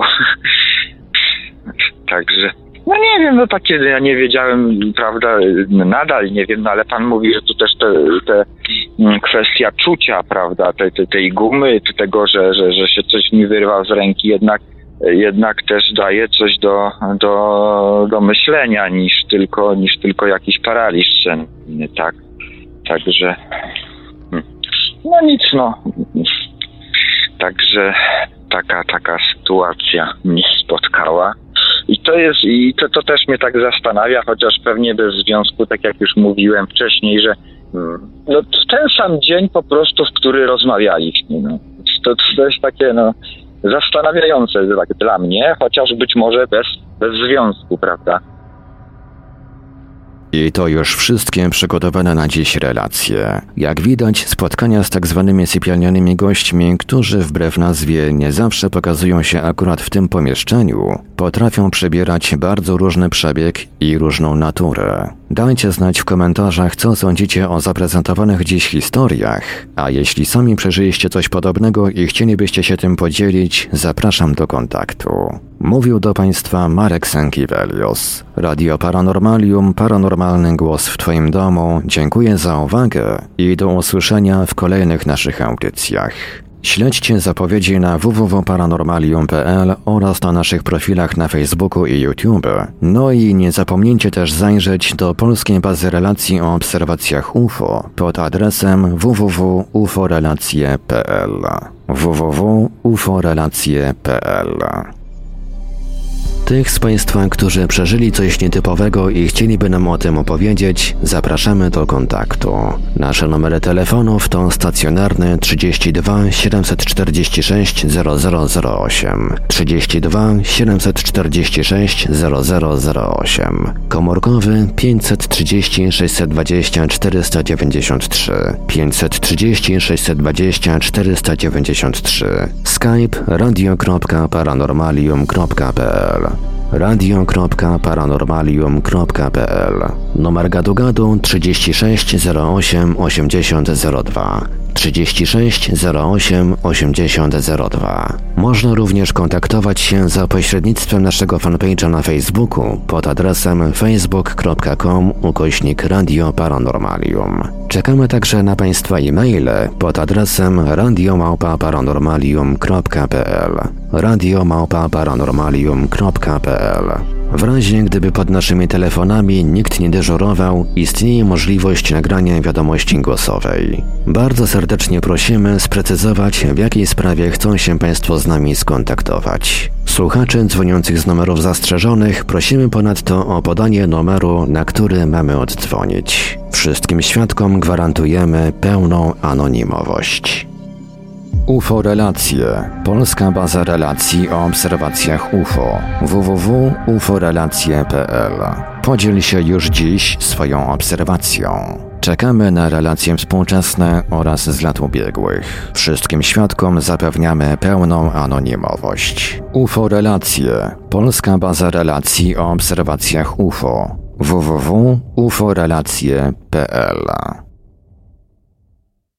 Także. No nie wiem, no takie ja nie wiedziałem, prawda, nadal nie wiem, no ale pan mówi, że tu też te kwestia czucia, prawda, tej gumy, tego, że się coś mi wyrwa z ręki, jednak też daje coś do myślenia niż tylko jakiś paraliż senny, tak. Także no nic, no. Także taka sytuacja mnie spotkała. I to też mnie tak zastanawia, chociaż pewnie bez związku, tak jak już mówiłem wcześniej, że no ten sam dzień po prostu, w który rozmawialiśmy, no. To jest takie, no, zastanawiające tak dla mnie, chociaż być może bez związku, prawda? I to już wszystkie przygotowane na dziś relacje. Jak widać, spotkania z tak zwanymi sypialnianymi gośćmi, którzy wbrew nazwie nie zawsze pokazują się akurat w tym pomieszczeniu, potrafią przybierać bardzo różny przebieg i różną naturę. Dajcie znać w komentarzach, co sądzicie o zaprezentowanych dziś historiach, a jeśli sami przeżyliście coś podobnego i chcielibyście się tym podzielić, zapraszam do kontaktu. Mówił do Państwa Marek Sękiewelios. Radio Paranormalium, paranormalny głos w Twoim domu. Dziękuję za uwagę i do usłyszenia w kolejnych naszych audycjach. Śledźcie zapowiedzi na www.paranormalium.pl oraz na naszych profilach na Facebooku i YouTube. No i nie zapomnijcie też zajrzeć do polskiej bazy relacji o obserwacjach UFO pod adresem www.uforelacje.pl www.uforelacje.pl. Tych z Państwa, którzy przeżyli coś nietypowego i chcieliby nam o tym opowiedzieć, zapraszamy do kontaktu. Nasze numery telefonów to stacjonarny 32 746 0008, 32 746 0008, komórkowy 530 620 493, 530 620 493, Skype radio.paranormalium.pl, radio.paranormalium.pl, numer gadu-gadu 36 08 80 02, 36 08 80 02. Można również kontaktować się za pośrednictwem naszego fanpage'a na Facebooku pod adresem facebook.com/Radio Paranormalium. Czekamy także na Państwa e-maile pod adresem radio@paranormalium.pl, radio@paranormalium.pl. W razie gdyby pod naszymi telefonami nikt nie dyżurował, istnieje możliwość nagrania wiadomości głosowej. Bardzo serdecznie prosimy sprecyzować, w jakiej sprawie chcą się Państwo z nami skontaktować. Słuchaczy dzwoniących z numerów zastrzeżonych prosimy ponadto o podanie numeru, na który mamy oddzwonić. Wszystkim świadkom gwarantujemy pełną anonimowość. UFO Relacje. Polska baza relacji o obserwacjach UFO. www.uforelacje.pl. Podziel się już dziś swoją obserwacją. Czekamy na relacje współczesne oraz z lat ubiegłych. Wszystkim świadkom zapewniamy pełną anonimowość. UFO Relacje. Polska baza relacji o obserwacjach UFO. www.uforelacje.pl.